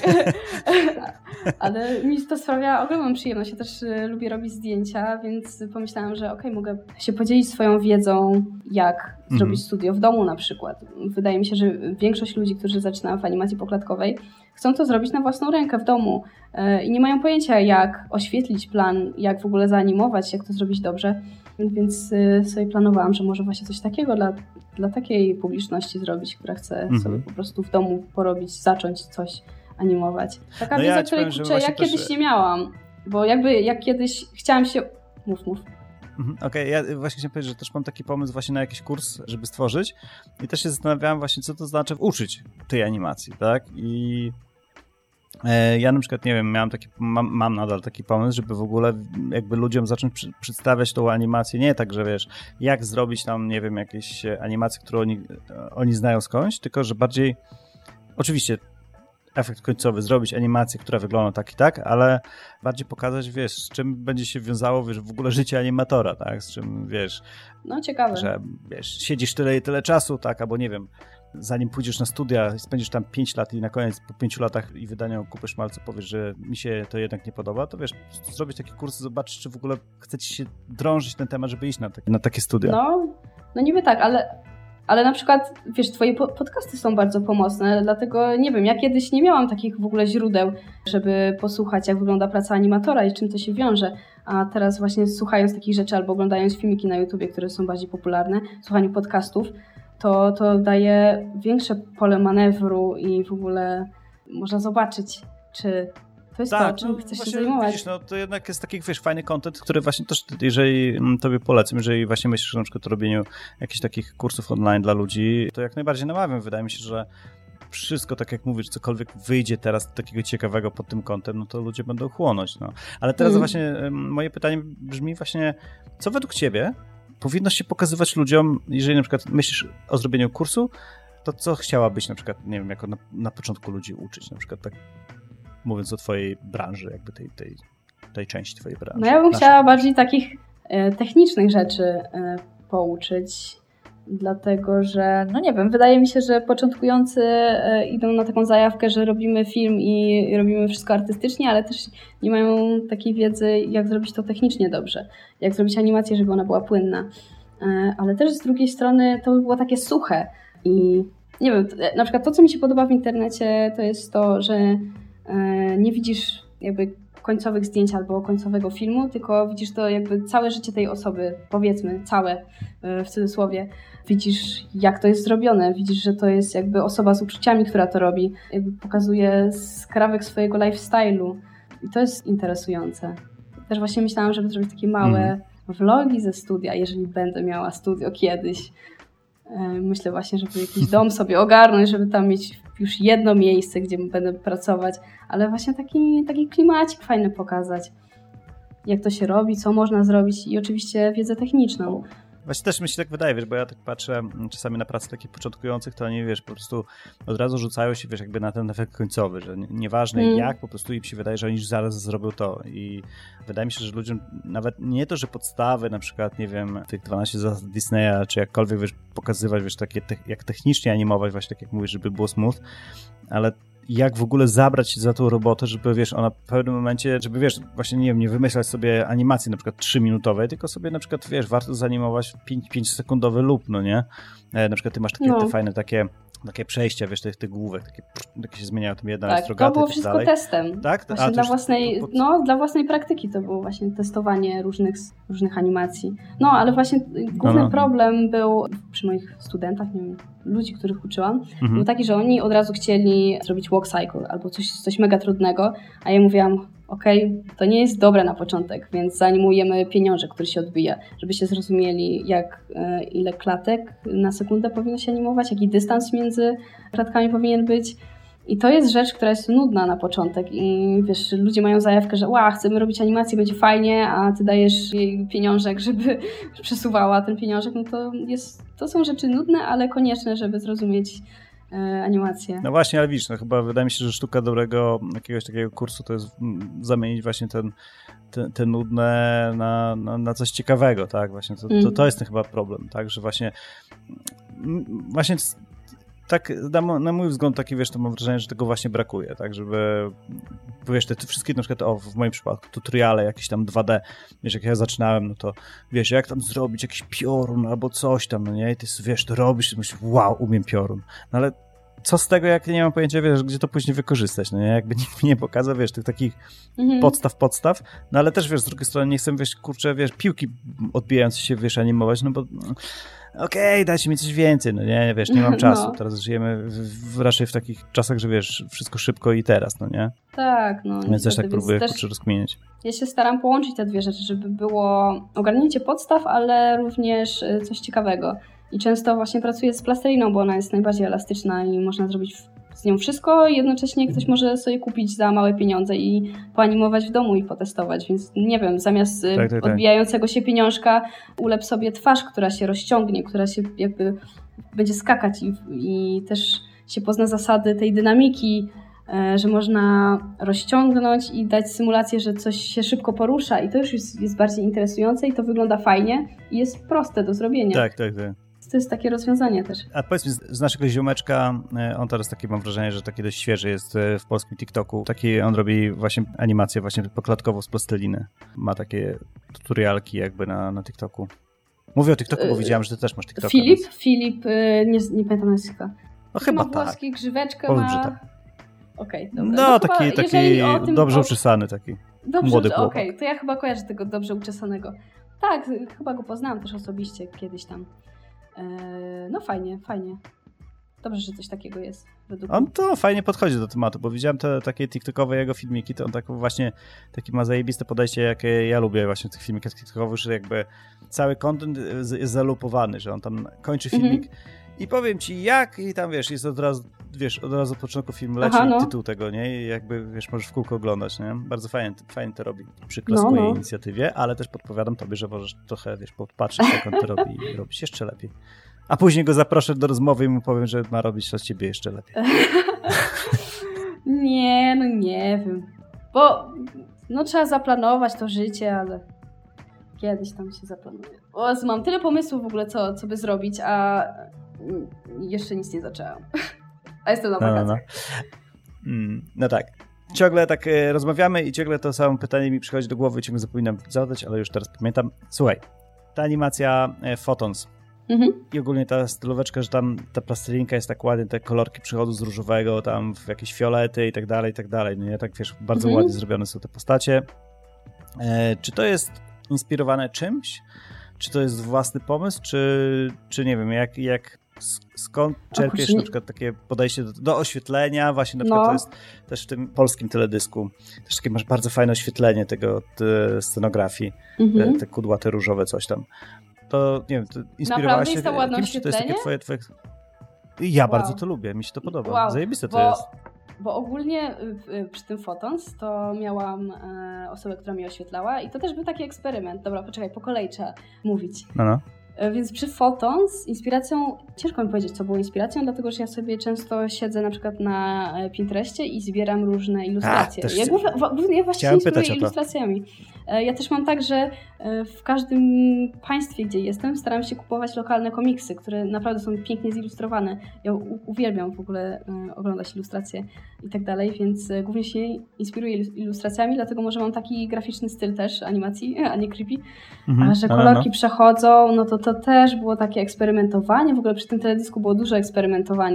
ale mi to sprawia ogromną przyjemność. Ja też lubię robić zdjęcia, więc pomyślałam, że okej, okay, mogę się podzielić swoją wiedzą, jak mhm. zrobić studio w domu na przykład. Wydaje mi się, że większość ludzi, którzy zaczynają w animacji poklatkowej, chcą to zrobić na własną rękę w domu i nie mają pojęcia, jak oświetlić plan, jak w ogóle zaanimować, jak to zrobić dobrze. Więc sobie planowałam, że może właśnie coś takiego dla, dla takiej publiczności zrobić, która chce mhm. sobie po prostu w domu porobić, zacząć coś animować. Taka no wiedza, ja której powiem, kurczę, ja też... kiedyś nie miałam, bo jakby jak kiedyś chciałam się... Mów, mów. Mhm, Okej, okay. Ja właśnie chciałem powiedzieć, że też mam taki pomysł właśnie na jakiś kurs, żeby stworzyć i też się zastanawiałem właśnie, co to znaczy uczyć tej animacji, tak? I ja na przykład, nie wiem, miałem taki, mam, mam nadal taki pomysł, żeby w ogóle jakby ludziom zacząć przy, przedstawiać tą animację, nie tak, że wiesz, jak zrobić tam, nie wiem, jakieś animacje, które oni, oni znają skądś, tylko, że bardziej, oczywiście efekt końcowy, zrobić animację, która wygląda tak i tak, ale bardziej pokazać, wiesz, z czym będzie się wiązało, wiesz, w ogóle życie animatora, tak, z czym, wiesz, no ciekawe, że, wiesz, siedzisz tyle i tyle czasu, tak, albo nie wiem, zanim pójdziesz na studia, spędzisz tam pięć lat i na koniec po pięciu latach i wydaniu kupisz malce, powiesz, że mi się to jednak nie podoba, to wiesz, zrobić taki kurs, zobaczyć, czy w ogóle chce ci się drążyć ten temat, żeby iść na, te, na takie studia. No, no niby tak, ale, ale na przykład, wiesz, twoje podcasty są bardzo pomocne, dlatego nie wiem, ja kiedyś nie miałam takich w ogóle źródeł, żeby posłuchać, jak wygląda praca animatora i czym to się wiąże, a teraz właśnie słuchając takich rzeczy albo oglądając filmiki na YouTubie, które są bardziej popularne, słuchaniu podcastów, to, to daje większe pole manewru i w ogóle można zobaczyć, czy to jest tak, to, czym no, chcesz się zajmować. Widzisz, no to jednak jest taki, wiesz, fajny content, który właśnie też, jeżeli tobie polecam, jeżeli właśnie myślisz na przykład o robieniu jakichś takich kursów online dla ludzi, to jak najbardziej namawiam. Wydaje mi się, że wszystko, tak jak mówisz, cokolwiek wyjdzie teraz takiego ciekawego pod tym kątem, no to ludzie będą chłonąć. No. Ale teraz mm. właśnie moje pytanie brzmi właśnie, co według ciebie powinno się pokazywać ludziom, jeżeli na przykład myślisz o zrobieniu kursu, to co chciałabyś na przykład, nie wiem, jako na, na początku ludzi uczyć, na przykład tak mówiąc o twojej branży, jakby tej, tej, tej części twojej branży. No ja bym Nasze. chciała bardziej takich e, technicznych rzeczy e, pouczyć, dlatego że, no nie wiem, wydaje mi się, że początkujący e, idą na taką zajawkę, że robimy film i robimy wszystko artystycznie, ale też nie mają takiej wiedzy, jak zrobić to technicznie dobrze, jak zrobić animację, żeby ona była płynna. E, ale też z drugiej strony to by było takie suche i nie wiem, na przykład to, co mi się podoba w internecie, to jest to, że e, nie widzisz jakby końcowych zdjęć albo końcowego filmu, tylko widzisz to jakby całe życie tej osoby, powiedzmy całe w cudzysłowie. Widzisz, jak to jest zrobione, widzisz, że to jest jakby osoba z uczuciami, która to robi. Jakby pokazuje skrawek swojego lifestyle'u i to jest interesujące. Też właśnie myślałam, żeby zrobić takie małe mm. vlogi ze studia, jeżeli będę miała studio kiedyś. Myślę właśnie, żeby jakiś dom sobie ogarnąć, żeby tam mieć już jedno miejsce, gdzie będę pracować, ale właśnie taki, taki klimacik fajny pokazać. Jak to się robi, co można zrobić i oczywiście wiedzę techniczną. Właśnie też mi się tak wydaje, wiesz, bo ja tak patrzę czasami na pracy takich początkujących, to oni, wiesz, po prostu od razu rzucają się, wiesz, jakby na ten efekt końcowy, że nieważne mm. jak, po prostu im się wydaje, że oni już zaraz zrobią to i wydaje mi się, że ludziom nawet nie to, że podstawy, na przykład, nie wiem, tych dwanaście zasad Disneya, czy jakkolwiek, wiesz, pokazywać, wiesz, takie, te, jak technicznie animować, właśnie tak jak mówisz, żeby było smooth, ale jak w ogóle zabrać się za tą robotę, żeby, wiesz, ona w pewnym momencie, żeby, wiesz, właśnie, nie wiem, nie wymyślać sobie animacji na przykład trzyminutowej, tylko sobie na przykład, wiesz, warto zanimować pięć sekundowy loop, no nie? Na przykład ty masz takie no. te fajne takie takie przejścia, wiesz, tych, tych główek, takie, takie się zmieniają, tam jedna tak, jest rogaty, to było tak wszystko dalej. testem. Tak? Właśnie A, dla już... własnej, no, dla własnej praktyki to było właśnie testowanie różnych, różnych animacji. No, ale właśnie główny no, no. problem był przy moich studentach, nie wiem, ludzi, których uczyłam, mhm. był taki, że oni od razu chcieli zrobić walk cycle albo coś, coś mega trudnego, a ja mówiłam, okej, okay, to nie jest dobre na początek, więc zanimujemy pieniążek, który się odbija, żebyście zrozumieli, jak ile klatek na sekundę powinno się animować, jaki dystans między klatkami powinien być. I to jest rzecz, która jest nudna na początek i wiesz, ludzie mają zajawkę, że ła, chcemy robić animację, będzie fajnie, a ty dajesz jej pieniążek, żeby przesuwała ten pieniążek, no to jest, to są rzeczy nudne, ale konieczne, żeby zrozumieć animację. No właśnie, ale widzisz, no chyba wydaje mi się, że sztuka dobrego jakiegoś takiego kursu to jest zamienić właśnie ten, te, te nudne na, na, na coś ciekawego, tak? Właśnie to, to, to jest ten chyba problem, tak? Że właśnie właśnie tak na, na mój wzgląd taki, wiesz, to mam wrażenie, że tego właśnie brakuje, tak? Żeby, wiesz, te, te wszystkie na przykład, o, w moim przypadku tutoriale, jakieś tam dwa D, wiesz, jak ja zaczynałem, no to wiesz, jak tam zrobić jakiś piorun albo coś tam, no nie? I ty wiesz, to robisz i myślisz, wow, umiem piorun. No ale co z tego, jak nie mam pojęcia, wiesz, gdzie to później wykorzystać, no nie? Jakby nikt mi nie pokazał, wiesz, tych takich mhm. podstaw, podstaw, no ale też, wiesz, z drugiej strony nie chcę, wiesz, kurczę, wiesz, piłki odbijające się, wiesz, animować, no bo okej, okay, dajcie mi coś więcej, no nie, wiesz, nie mam czasu, no. Teraz żyjemy w, w, raczej w takich czasach, że wiesz, wszystko szybko i teraz, no nie? Tak, no. Więc też tak próbuję, też kurczę, rozkminiać. Ja się staram połączyć te dwie rzeczy, żeby było ogarnięcie podstaw, ale również coś ciekawego. I często właśnie pracuję z plasteliną, bo ona jest najbardziej elastyczna i można zrobić z nią wszystko. Jednocześnie ktoś może sobie kupić za małe pieniądze i poanimować w domu i potestować. Więc nie wiem, zamiast tak, tak, odbijającego się pieniążka ulep sobie twarz, która się rozciągnie, która się jakby będzie skakać i, i też się pozna zasady tej dynamiki, że można rozciągnąć i dać symulację, że coś się szybko porusza i to już jest, jest bardziej interesujące i to wygląda fajnie i jest proste do zrobienia. Tak, tak, tak. To jest takie rozwiązanie też. A powiedz mi, z naszego ziomeczka, on teraz taki, mam wrażenie, że taki dość świeży jest w polskim TikToku. Taki, on robi właśnie animację właśnie poklatkowo z plasteliny. Ma takie tutorialki jakby na, na TikToku. Mówię o TikToku, bo widziałam, że ty też masz TikToka. Filip? Więc... Filip, nie, nie pamiętam nazwiska. No chyba ma tak. włoski, grzyweczkę Powiem, ma... że tak. Okej, okay, dobra. No, no taki, chyba, taki tym, dobrze o... uczesany taki. Dobrze, młody chłopak. Okej, okay, to ja chyba kojarzę tego dobrze uczesanego. Tak, chyba go poznałam też osobiście kiedyś tam. No fajnie, fajnie. Dobrze, że coś takiego jest. On to fajnie podchodzi do tematu, bo widziałem te takie tiktokowe jego filmiki, to on tak właśnie taki ma zajebiste podejście, jakie ja lubię właśnie w tych filmikach tiktokowych, że jakby cały content jest zalupowany, że on tam kończy filmik mm-hmm. i powiem ci jak i tam wiesz, jest od razu, wiesz, od razu od początku filmu leci Aha, no. tytuł tego, nie? I jakby, wiesz, możesz w kółko oglądać, nie? Bardzo fajnie, fajnie to robi. Przyklaskuję no, no. inicjatywie, ale też podpowiadam tobie, że możesz trochę, wiesz, podpatrzeć, jak on to robi i robić jeszcze lepiej. A później go zaproszę do rozmowy i mu powiem, że ma robić to z ciebie jeszcze lepiej. Nie, no nie wiem. Bo no trzeba zaplanować to życie, ale kiedyś tam się zaplanuje. O, mam tyle pomysłów w ogóle, co, co by zrobić, a jeszcze nic nie zaczęłam. A jestem na wakacjach. No, no. Mm, no tak. Ciągle tak e, rozmawiamy i ciągle to samo pytanie mi przychodzi do głowy i ciągle zapominam zadać, ale już teraz pamiętam. Słuchaj, ta animacja e, Photons mhm. i ogólnie ta stylóweczka, że tam ta plastelinka jest tak ładnie, te kolorki przychodzą z różowego, tam w jakieś fiolety i tak dalej, i tak dalej. No nie, tak wiesz, bardzo mhm. ładnie zrobione są te postacie. E, czy to jest inspirowane czymś? Czy to jest własny pomysł? Czy, czy nie wiem, jak, jak skąd czerpiesz na przykład takie podejście do, do oświetlenia? Właśnie na przykład no. to jest też w tym polskim teledysku. Też takie masz bardzo fajne oświetlenie tego te scenografii. Mhm. Te, te kudłate różowe coś tam. To nie wiem, to inspirowałaś się kimś? Czy to jest takie twoje... twoje... Ja wow. bardzo to lubię, mi się to podoba. Wow. Zajebiste to bo, jest. Bo ogólnie przy tym Photons to miałam e, osobę, która mnie oświetlała i to też był taki eksperyment. Dobra, poczekaj, po kolei trzeba mówić. No, no. Więc przy Photons inspiracją, ciężko mi powiedzieć, co było inspiracją, dlatego że ja sobie często siedzę na przykład na Pinterestie i zbieram różne ilustracje. A, ja, głównie, ja właściwie Chciałem inspiruję ilustracjami. Ja też mam tak, że w każdym państwie, gdzie jestem, staram się kupować lokalne komiksy, które naprawdę są pięknie zilustrowane. Ja u- uwielbiam w ogóle oglądać ilustracje i tak dalej, więc głównie się inspiruję ilustracjami, dlatego może mam taki graficzny styl też animacji, a nie creepy. Mhm, a że kolorki no, no. przechodzą, no to to też było takie eksperymentowanie. W ogóle przy tym teledysku było dużo eksperymentowania.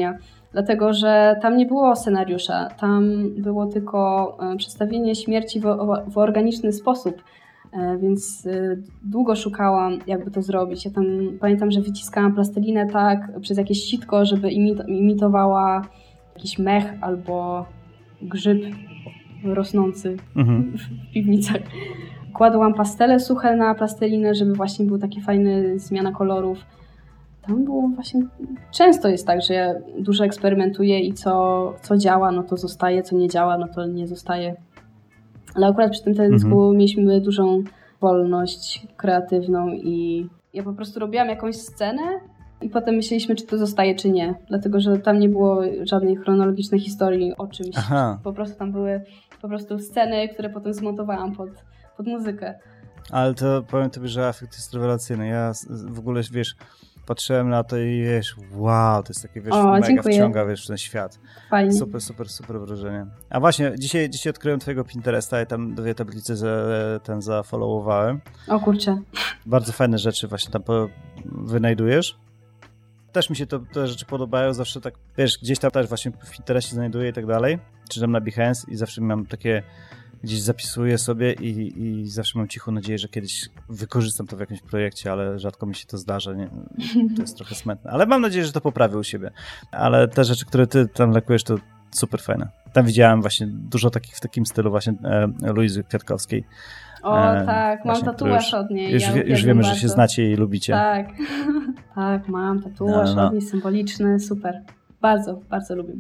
dlatego że tam nie było scenariusza, tam było tylko przedstawienie śmierci w, w organiczny sposób, więc długo szukałam, jakby to zrobić. Ja tam pamiętam, że wyciskałam plastelinę tak przez jakieś sitko, żeby imit- imitowała jakiś mech albo grzyb rosnący mhm. w piwnicach. Kładłam pastele suche na plastelinę, żeby właśnie był taki fajny zmiana kolorów. Tam było właśnie... Często jest tak, że ja dużo eksperymentuję i co, co działa, no to zostaje, co nie działa, no to nie zostaje. Ale akurat przy tym teledysku mhm. mieliśmy dużą wolność kreatywną i ja po prostu robiłam jakąś scenę i potem myśleliśmy, czy to zostaje, czy nie. Dlatego, że tam nie było żadnej chronologicznej historii o czymś. Aha. Po prostu tam były po prostu sceny, które potem zmontowałam pod, pod muzykę. Ale to powiem tobie, że efekt jest rewelacyjny. Ja w ogóle, wiesz, patrzyłem na to i wiesz, wow, to jest takie, wiesz, o, mega dziękuję. Wciąga, wiesz, w ten świat. Fajnie. Super, super, super wrażenie. A właśnie, dzisiaj, dzisiaj odkryłem twojego Pinteresta i tam dwie tablice za, ten zafollowowałem. O kurczę. Bardzo fajne rzeczy właśnie tam po, wynajdujesz. Też mi się to, te rzeczy podobają, zawsze tak, wiesz, gdzieś tam też właśnie w Pinterestie znajduję i tak dalej, czy tam na Behance i zawsze mam takie, gdzieś zapisuję sobie i, i zawsze mam cichą nadzieję, że kiedyś wykorzystam to w jakimś projekcie, ale rzadko mi się to zdarza, nie? To jest trochę smętne, ale mam nadzieję, że to poprawię u siebie. Ale te rzeczy, które ty tam lakujesz, to super fajne. Tam widziałem właśnie dużo takich w takim stylu właśnie e, Luizy Kwiatkowskiej. O e, tak, mam tatuaż od niej. Już, ja już wiemy, bardzo. Że się znacie i lubicie. Tak, tak, mam tatuaż no, no. od niej symboliczny, super. Bardzo, bardzo lubię.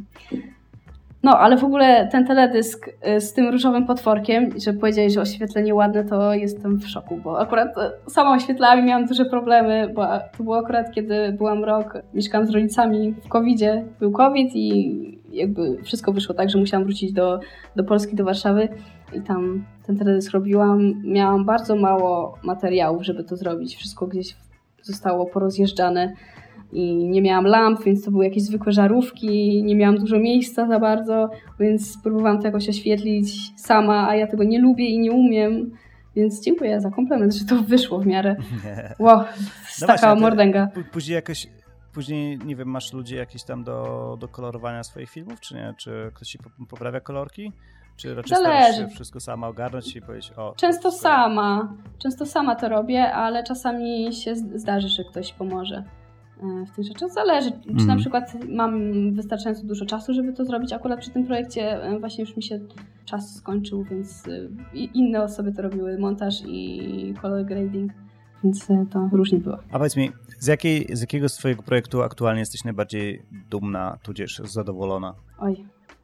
No, ale w ogóle ten teledysk z tym różowym potworkiem, że powiedzieli, że oświetlenie ładne, to jestem w szoku, bo akurat sama oświetlałam i miałam duże problemy, bo to było akurat, kiedy byłam rok, mieszkałam z rodzicami w kowidzie, był COVID i jakby wszystko wyszło tak, że musiałam wrócić do, do Polski, do Warszawy i tam ten teledysk robiłam. Miałam bardzo mało materiałów, żeby to zrobić, wszystko gdzieś zostało porozjeżdżane. I nie miałam lamp, więc to były jakieś zwykłe żarówki, nie miałam dużo miejsca za bardzo, więc próbowałam to jakoś oświetlić sama, a ja tego nie lubię i nie umiem, więc dziękuję za komplement, że to wyszło w miarę. Wow, no taka właśnie, mordęga. Później jakoś, później, nie wiem, masz ludzi jakieś tam do, do kolorowania swoich filmów, czy nie? Czy ktoś ci poprawia kolorki? Czy raczej starasz się wszystko sama ogarnąć i powiedzieć, o... Często sama, często sama to robię, ale czasami się zdarzy, że ktoś pomoże w tych rzeczach. Zależy, czy mm. na przykład mam wystarczająco dużo czasu, żeby to zrobić. Akurat przy tym projekcie właśnie już mi się czas skończył, więc inne osoby to robiły, montaż i color grading, więc to różnie było. A powiedz mi, z, jakiej, z jakiego z twojego projektu aktualnie jesteś najbardziej dumna, tudzież zadowolona? Oj.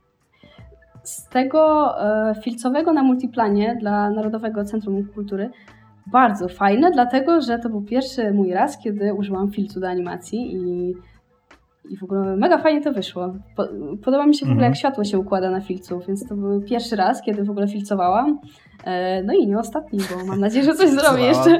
Z tego e, filcowego na Multiplanie dla Narodowego Centrum Kultury bardzo fajne, dlatego że to był pierwszy mój raz, kiedy użyłam filcu do animacji i, i w ogóle mega fajnie to wyszło. Po, podoba mi się w ogóle, jak światło się układa na filcu, więc to był pierwszy raz, kiedy w ogóle filcowałam. E, no i nie ostatni, bo mam nadzieję, że coś zrobię jeszcze.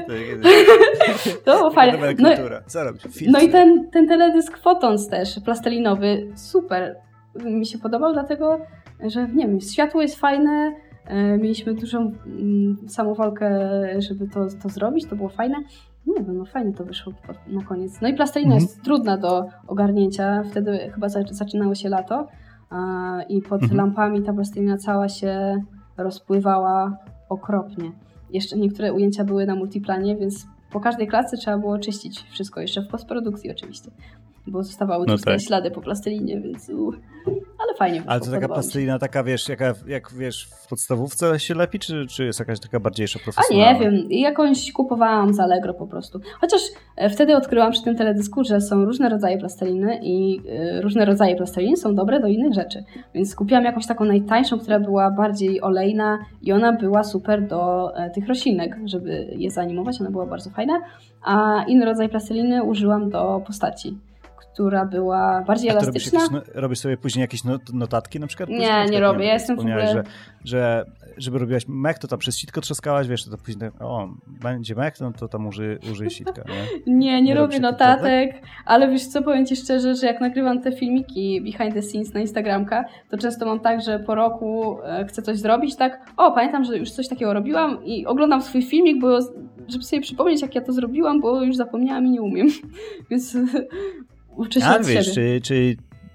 To było fajne. No, Co robisz? No i ten, ten teledysk Photons też, plastelinowy, super mi się podobał, dlatego że nie wiem, światło jest fajne. Mieliśmy dużą samowolkę, żeby to, to zrobić, to było fajne. Nie wiem, no fajnie to wyszło na koniec. No i plastelina mhm. jest trudna do ogarnięcia, wtedy chyba zaczynało się lato i pod mhm. lampami ta plastelina cała się rozpływała okropnie. Jeszcze niektóre ujęcia były na Multiplanie, więc po każdej klatce trzeba było czyścić wszystko, jeszcze w postprodukcji oczywiście. Bo zostawały no tak. ślady po plastelinie, więc uh, ale fajnie wyszło. Ale to taka plastelina, taka wiesz, jaka, jak wiesz, w podstawówce się lepi, czy, czy jest jakaś taka bardziejsza profesjonalna? A nie wiem, jakąś kupowałam z Allegro po prostu. Chociaż wtedy odkryłam przy tym teledysku, że są różne rodzaje plasteliny i y, różne rodzaje plasteliny są dobre do innych rzeczy. Więc kupiłam jakąś taką najtańszą, która była bardziej olejna i ona była super do y, tych roślinek, żeby je zanimować, ona była bardzo fajna. A inny rodzaj plasteliny użyłam do postaci, która była bardziej elastyczna. Robisz, jakieś, robisz sobie później jakieś notatki na przykład? Nie, później, nie robię. Ja jestem w ogóle... że, że żeby robiłaś mech, to tam przez sitko trzaskałaś, wiesz, to, to później o, będzie mech, no to tam użyj, użyj sitka, nie? Nie, nie, nie robię notatek, ale wiesz co, powiem ci szczerze, że jak nagrywam te filmiki behind the scenes na Instagramka, to często mam tak, że po roku chcę coś zrobić, tak, o, pamiętam, że już coś takiego robiłam i oglądam swój filmik, bo żeby sobie przypomnieć, jak ja to zrobiłam, bo już zapomniałam i nie umiem. Więc... A wiesz, czyli, czyli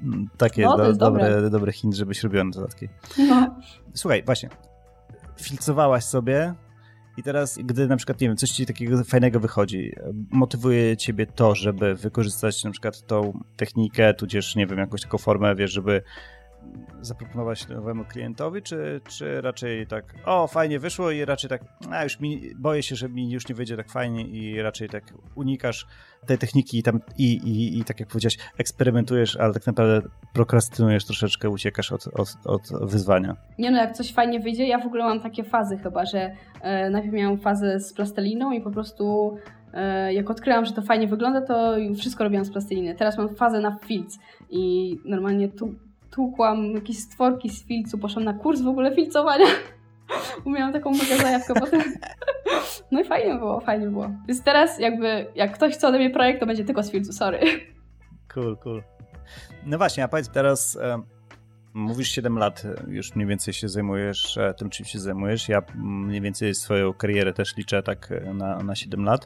Takie no, do, dobre, dobre hint, żebyś robiła notatki. No. Słuchaj, właśnie, filcowałaś sobie i teraz, gdy na przykład, nie wiem, coś ci takiego fajnego wychodzi, motywuje ciebie to, żeby wykorzystać na przykład tą technikę, tudzież, nie wiem, jakąś taką formę, wiesz, żeby zaproponować nowemu klientowi, czy, czy raczej tak, o, fajnie wyszło i raczej tak, a już mi, boję się, że mi już nie wyjdzie tak fajnie i raczej tak unikasz tej techniki i tam i, i, i tak jak powiedziałeś, eksperymentujesz, ale tak naprawdę prokrastynujesz troszeczkę, uciekasz od, od, od wyzwania. Nie no, jak coś fajnie wyjdzie, ja w ogóle mam takie fazy chyba, że e, najpierw miałam fazę z plasteliną i po prostu e, jak odkryłam, że to fajnie wygląda, to wszystko robiłam z plasteliny. Teraz mam fazę na filc i normalnie tu tłukłam jakieś stworki z filcu, poszłam na kurs w ogóle filcowania. Miałam taką mega zajawkę potem. No i fajnie było, fajnie było. Więc teraz jakby, jak ktoś chce ode mnie projekt, to będzie tylko z filcu, sorry. Cool, cool. No właśnie, a powiedz teraz, um, mówisz siedem lat, już mniej więcej się zajmujesz tym, czym się zajmujesz. Ja mniej więcej swoją karierę też liczę tak na, na siedem lat.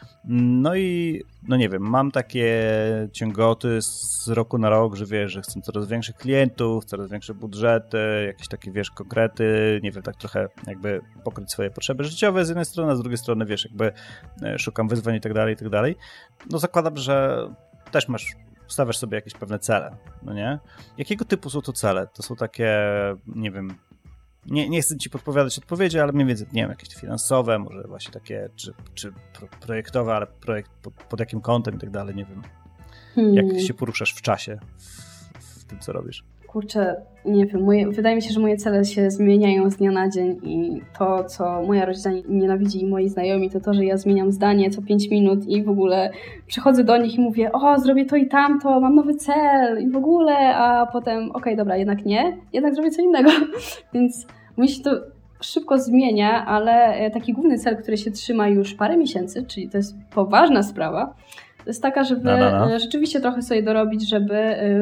No i, no nie wiem, mam takie ciągoty z roku na rok, że wiesz, że chcę coraz większych klientów, coraz większe budżety, jakieś takie, wiesz, konkrety, nie wiem, tak trochę jakby pokryć swoje potrzeby życiowe z jednej strony, a z drugiej strony, wiesz, jakby szukam wyzwań i tak dalej, i tak dalej. No zakładam, że też masz, stawiasz sobie jakieś pewne cele, no nie? Jakiego typu są to cele? To są takie, nie wiem, Nie, nie chcę ci podpowiadać odpowiedzi, ale mniej więcej, nie wiem, jakieś finansowe, może właśnie takie, czy, czy projektowe, ale projekt pod, pod jakim kątem i tak dalej, nie wiem. Hmm. Jak się poruszasz w czasie, w, w tym, co robisz? Kurczę, nie wiem, moje, wydaje mi się, że moje cele się zmieniają z dnia na dzień i to, co moja rodzina nienawidzi i moi znajomi, to to, że ja zmieniam zdanie co pięć minut i w ogóle przychodzę do nich i mówię, o, zrobię to i tamto, mam nowy cel i w ogóle, a potem, okej, okay, dobra, jednak nie, jednak zrobię co innego, więc mi się to szybko zmienia, ale taki główny cel, który się trzyma już parę miesięcy, czyli to jest poważna sprawa, to jest taka, żeby no, no, no. rzeczywiście trochę sobie dorobić, żeby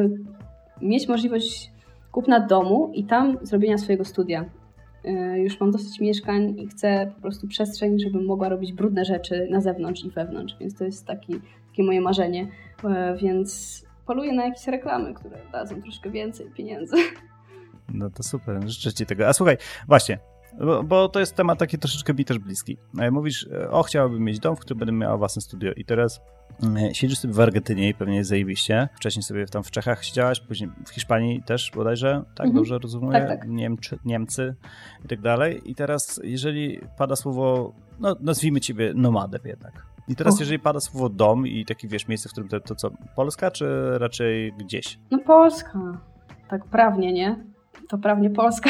mieć możliwość kupna domu i tam zrobienia swojego studia. Już mam dosyć mieszkań i chcę po prostu przestrzeń, żebym mogła robić brudne rzeczy na zewnątrz i wewnątrz, więc to jest taki, takie moje marzenie, więc poluję na jakieś reklamy, które dadzą troszkę więcej pieniędzy. No to super, życzę ci tego. A słuchaj, właśnie, bo, bo to jest temat taki troszeczkę mi też bliski. Mówisz, o, chciałabym mieć dom, w którym będę miała własne studio i teraz siedzisz sobie w Argentynie i pewnie jest zajebiście. Wcześniej sobie tam w Czechach siedziałaś, później w Hiszpanii też bodajże, tak mhm. dobrze rozumiem? Tak, tak. Niemczy, Niemcy i tak dalej. I teraz jeżeli pada słowo, no nazwijmy ciebie nomadem jednak. I teraz, jeżeli pada słowo dom i taki, wiesz, miejsce, w którym to, to co, Polska, czy raczej gdzieś? No Polska. Tak prawnie, nie? To prawnie Polska.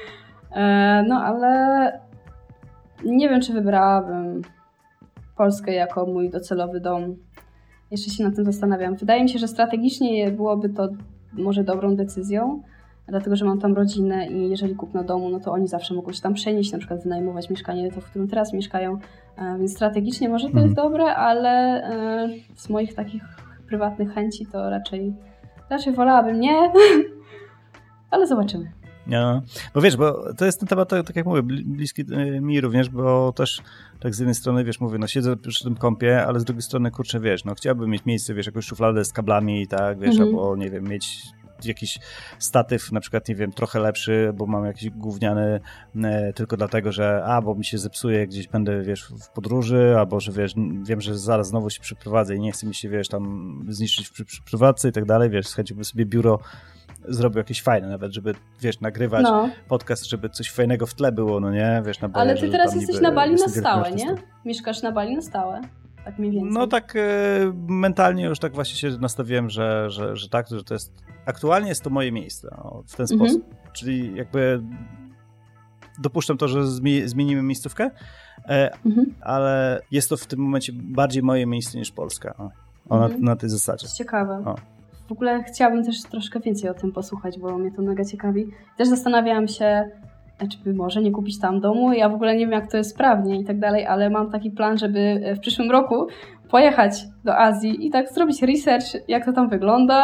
E, no ale nie wiem, czy wybrałabym Polskę jako mój docelowy dom. Jeszcze się nad tym zastanawiam. Wydaje mi się, że strategicznie byłoby to może dobrą decyzją, dlatego, że mam tam rodzinę i jeżeli kupno domu, no to oni zawsze mogą się tam przenieść, na przykład wynajmować mieszkanie, to w którym teraz mieszkają, więc strategicznie może to mhm. jest dobre, ale z moich takich prywatnych chęci to raczej, raczej wolałabym nie, ale zobaczymy. No, bo wiesz, bo to jest ten temat, tak, tak jak mówię, bliski mi również, bo też tak z jednej strony, wiesz, mówię, no siedzę przy tym kompie, ale z drugiej strony, kurczę, wiesz, no chciałbym mieć miejsce, wiesz, jakąś szufladę z kablami, tak, wiesz, mhm. albo, nie wiem, mieć jakiś statyw, na przykład, nie wiem, trochę lepszy, bo mam jakiś gówniany e, tylko dlatego, że a, bo mi się zepsuje, gdzieś będę, wiesz, w podróży, albo, że wiesz, wiem, że zaraz znowu się przeprowadzę i nie chcę mi się, wiesz, tam zniszczyć przy przeprowadzce i tak dalej, wiesz, chęciłbym sobie biuro zrobił jakieś fajne, nawet żeby, wiesz, nagrywać no. podcast, żeby coś fajnego w tle było, no nie, wiesz, na Ale ty teraz jesteś na Bali na stałe, nie? Mieszkasz na Bali na stałe, tak mniej więcej. No tak e, mentalnie już tak właśnie się nastawiłem, że, że, że tak, że to jest, aktualnie jest to moje miejsce, o, w ten mhm. sposób, czyli jakby dopuszczam to, że zmi- zmienimy miejscówkę, e, mhm. ale jest to w tym momencie bardziej moje miejsce niż Polska, o, o mhm. na, na tej zasadzie. To jest ciekawe. O. W ogóle chciałabym też troszkę więcej o tym posłuchać, bo mnie to mega ciekawi. Też zastanawiałam się, czy by może nie kupić tam domu. Ja w ogóle nie wiem, jak to jest sprawnie i tak dalej, ale mam taki plan, żeby w przyszłym roku pojechać do Azji i tak zrobić research, jak to tam wygląda.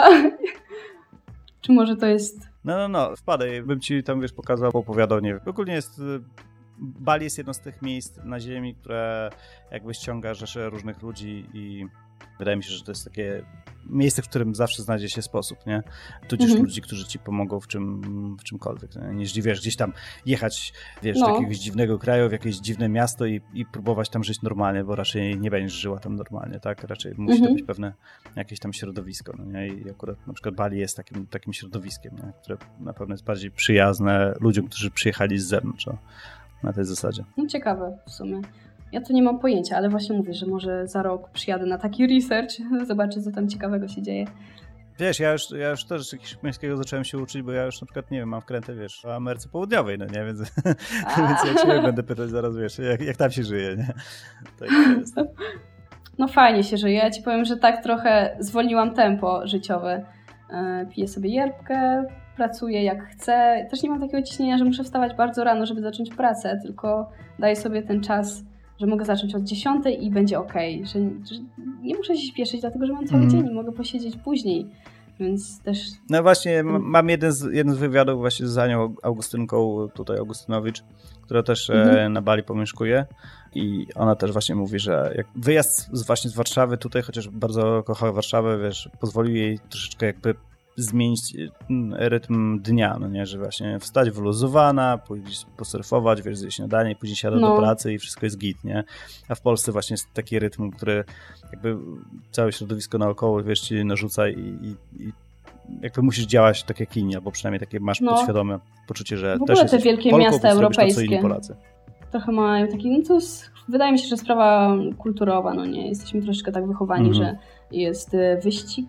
Czy może to jest... No, no, no, wpadaj, bym ci tam, wiesz, pokazał, opowiadał, nie wiem. Ogólnie jest... Bali jest jedno z tych miejsc na ziemi, które jakby ściąga rzesze różnych ludzi i wydaje mi się, że to jest takie miejsce, w którym zawsze znajdzie się sposób, nie? Tudzież mhm. ludzi, którzy ci pomogą w czym, w czymkolwiek, nie? Niż wiesz, gdzieś tam jechać, wiesz, no. do jakiegoś dziwnego kraju, w jakieś dziwne miasto i, i próbować tam żyć normalnie, bo raczej nie będziesz żyła tam normalnie, tak? Raczej musi mhm. to być pewne jakieś tam środowisko, no nie? I akurat na przykład Bali jest takim, takim środowiskiem, nie? Które na pewno jest bardziej przyjazne ludziom, którzy przyjechali z zewnątrz, o, na tej zasadzie. No ciekawe w sumie. Ja tu nie mam pojęcia, ale właśnie mówię, że może za rok przyjadę na taki research, zobaczę, co tam ciekawego się dzieje. Wiesz, ja już, ja już też hiszpańskiego zacząłem się uczyć, bo ja już na przykład, nie wiem, mam wkrętę, wiesz, o Ameryce Południowej, no nie, więc, więc ja ciebie będę pytać zaraz, wiesz, jak, jak tam się żyje, nie? Tak jest. No fajnie się żyje, ja ci powiem, że tak trochę zwolniłam tempo życiowe. Piję sobie yerbkę, pracuję jak chcę. Też nie mam takiego ciśnienia, że muszę wstawać bardzo rano, żeby zacząć pracę, tylko daję sobie ten czas, że mogę zacząć od dziesiątej i będzie okej, okay, że, że nie muszę się śpieszyć, dlatego że mam cały mm. dzień i mogę posiedzieć później, więc też... No właśnie, mam jeden z, jeden z wywiadów właśnie z Anią Augustynką, tutaj Augustynowicz, która też mm. na Bali pomieszkuje i ona też właśnie mówi, że jak wyjazd z, właśnie z Warszawy tutaj, chociaż bardzo kocha Warszawę, wiesz, pozwolił jej troszeczkę jakby zmienić rytm dnia, no nie, że właśnie wstać wyluzowana, pójść posurfować, wiesz, zjeść śniadanie i później siada no. do pracy i wszystko jest git, nie? A w Polsce właśnie jest taki rytm, który jakby całe środowisko naokoło, wiesz, ci narzuca i, i, i jakby musisz działać tak jak inni, albo przynajmniej takie masz no. podświadome poczucie, że w też ogóle te wielkie Polką, miasta europejskie to, co inni Polacy. Trochę mają taki, no to jest, wydaje mi się, że sprawa kulturowa, no nie, jesteśmy troszeczkę tak wychowani, mhm. że jest wyścig,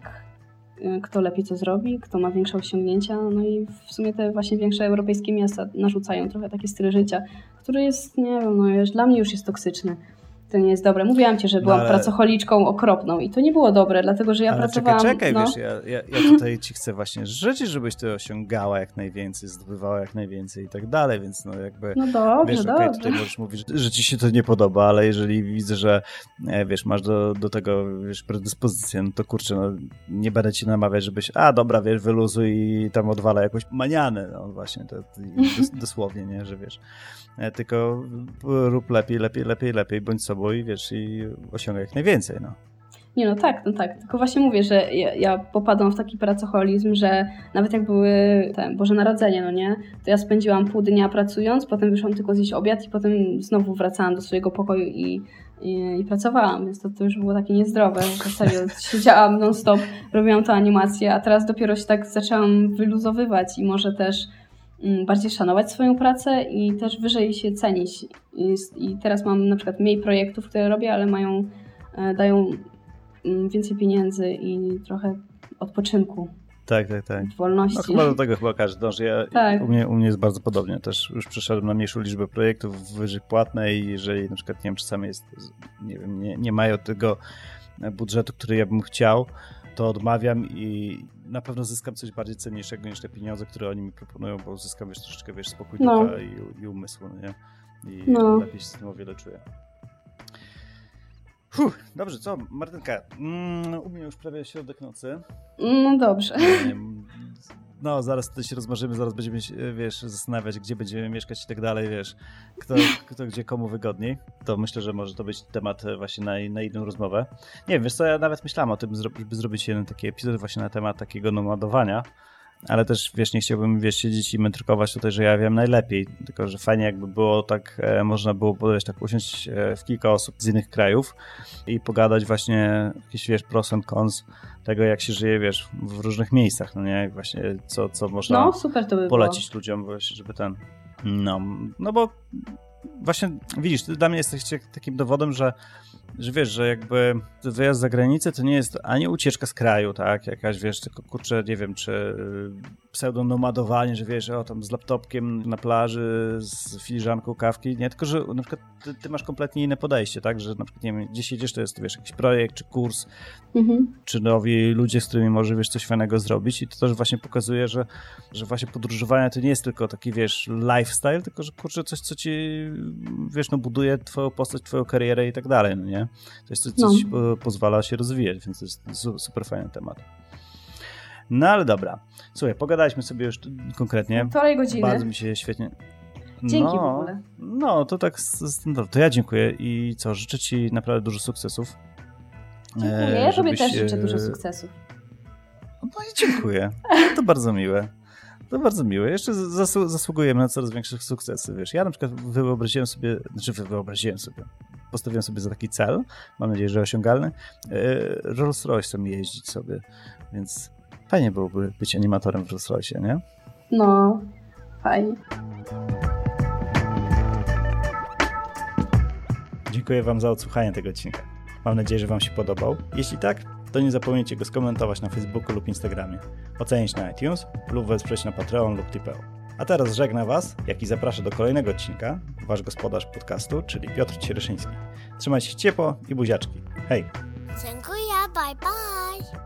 kto lepiej co zrobi, kto ma większe osiągnięcia, no i w sumie te właśnie większe europejskie miasta narzucają trochę taki styl życia, który jest, nie wiem, no już dla mnie już jest toksyczny. To nie jest dobre. Mówiłam ci, że byłam no ale... pracocholiczką okropną i to nie było dobre, dlatego że ja ale pracowałam... Czekaj, czekaj, no... wiesz, ja, ja, ja tutaj ci chcę właśnie życzyć, żebyś ty osiągała jak najwięcej, zdobywała jak najwięcej i tak dalej, więc no jakby... No dobrze, wiesz, dobrze. Okay, tutaj możesz mówić, że, że ci się to nie podoba, ale jeżeli widzę, że wiesz, masz do, do tego, wiesz, predyspozycję, no to kurczę, no nie będę ci namawiać, żebyś, a dobra, wiesz, wyluzuj i tam odwala jakąś manianę, no właśnie, to, to dos, dosłownie, nie, że wiesz, tylko rób lepiej, lepiej, lepiej, lepiej, bądź sobą i wiesz, i osiąga jak najwięcej, no. Nie, no tak, no tak. Tylko właśnie mówię, że ja, ja popadłam w taki pracoholizm, że nawet jak były te Boże Narodzenie, no nie, to ja spędziłam pół dnia pracując, potem wyszłam tylko zjeść obiad i potem znowu wracałam do swojego pokoju i, i, i pracowałam, więc to, to już było takie niezdrowe, że serio siedziałam non-stop, robiłam tę animację, a teraz dopiero się tak zaczęłam wyluzowywać i może też mm, bardziej szanować swoją pracę i też wyżej się cenić. I, i teraz mam na przykład mniej projektów, które robię, ale mają, e, dają więcej pieniędzy i trochę odpoczynku. Tak, tak, tak. Wolności. No chyba do tego chyba każdy dąży. Ja, tak. u, mnie, u mnie jest bardzo podobnie. Też już przeszedłem na mniejszą liczbę projektów wyżej płatne i jeżeli na przykład, nie wiem, czasami jest, nie wiem, nie, nie mają tego budżetu, który ja bym chciał, to odmawiam i na pewno zyskam coś bardziej cenniejszego niż te pieniądze, które oni mi proponują, bo zyskam wiesz, troszeczkę wiesz, spokój no. ducha i, i umysłu, nie? I no. lepiej się z tym o wiele czuję. Fuh, dobrze, co? Martynka, mm, u mnie już prawie środek nocy. No dobrze. No, zaraz tutaj się rozmarzymy, zaraz będziemy się, wiesz, zastanawiać, gdzie będziemy mieszkać i tak dalej, wiesz, kto, kto gdzie komu wygodniej. To myślę, że może to być temat właśnie na, na inną rozmowę. Nie wiem, wiesz co, ja nawet myślałem o tym, żeby zrobić jeden taki epizod właśnie na temat takiego nomadowania. Ale też, wiesz, nie chciałbym, wiesz, siedzieć i mędrkować tutaj, że ja wiem najlepiej, tylko że fajnie jakby było tak, e, można było, wiesz, tak usiąść e, w kilka osób z innych krajów i pogadać właśnie jakieś, wiesz, pros and cons tego, jak się żyje, wiesz, w różnych miejscach, no nie, właśnie co, co można no, super to by polecić było. ludziom, właśnie, żeby ten, no, no bo właśnie, widzisz, ty dla mnie jesteś takim dowodem, że że wiesz, że jakby wyjazd za granicę to nie jest ani ucieczka z kraju, tak, jakaś, wiesz, tylko kurczę, nie wiem, czy pseudonomadowanie, że wiesz, o tam z laptopkiem na plaży, z filiżanką kawki, nie, tylko że na przykład ty, ty masz kompletnie inne podejście, tak, że na przykład, nie wiem, gdzieś jedziesz, to jest, wiesz, jakiś projekt, czy kurs, mhm. czy nowi ludzie, z którymi możesz, wiesz, coś fajnego zrobić i to też właśnie pokazuje, że, że właśnie podróżowanie to nie jest tylko taki, wiesz, lifestyle, tylko że kurczę, coś, co ci, wiesz, no buduje twoją postać, twoją karierę i tak dalej, no nie? To jest coś, co no. ci po, pozwala się rozwijać, więc to jest super fajny temat. No ale dobra. Słuchaj, pogadaliśmy sobie już konkretnie. Półtorej godziny. Bardzo mi się świetnie... Dzięki no, w ogóle. No, to tak, no, to ja dziękuję i co, życzę ci naprawdę dużo sukcesów. Dziękuję, ja tobie też życzę dużo sukcesów. No i dziękuję. To bardzo miłe. To bardzo miłe. Jeszcze zasłu- zasługujemy na coraz większe sukcesy, wiesz. Ja na przykład wyobraziłem sobie, znaczy wyobraziłem sobie, postawiłem sobie za taki cel, mam nadzieję, że osiągalny, Rolls Royce'em jeździć sobie, więc fajnie byłoby być animatorem w Rolls Royce'ie, nie? No, fajnie. Dziękuję wam za odsłuchanie tego odcinka. Mam nadzieję, że wam się podobał. Jeśli tak, to nie zapomnijcie go skomentować na Facebooku lub Instagramie, ocenić na iTunes lub wesprzeć na Patreon lub Tipeo. A teraz żegna was, jak i zapraszam do kolejnego odcinka, wasz gospodarz podcastu, czyli Piotr Cieryszyński. Trzymajcie się ciepło i buziaczki. Hej! Dziękuję, bye bye!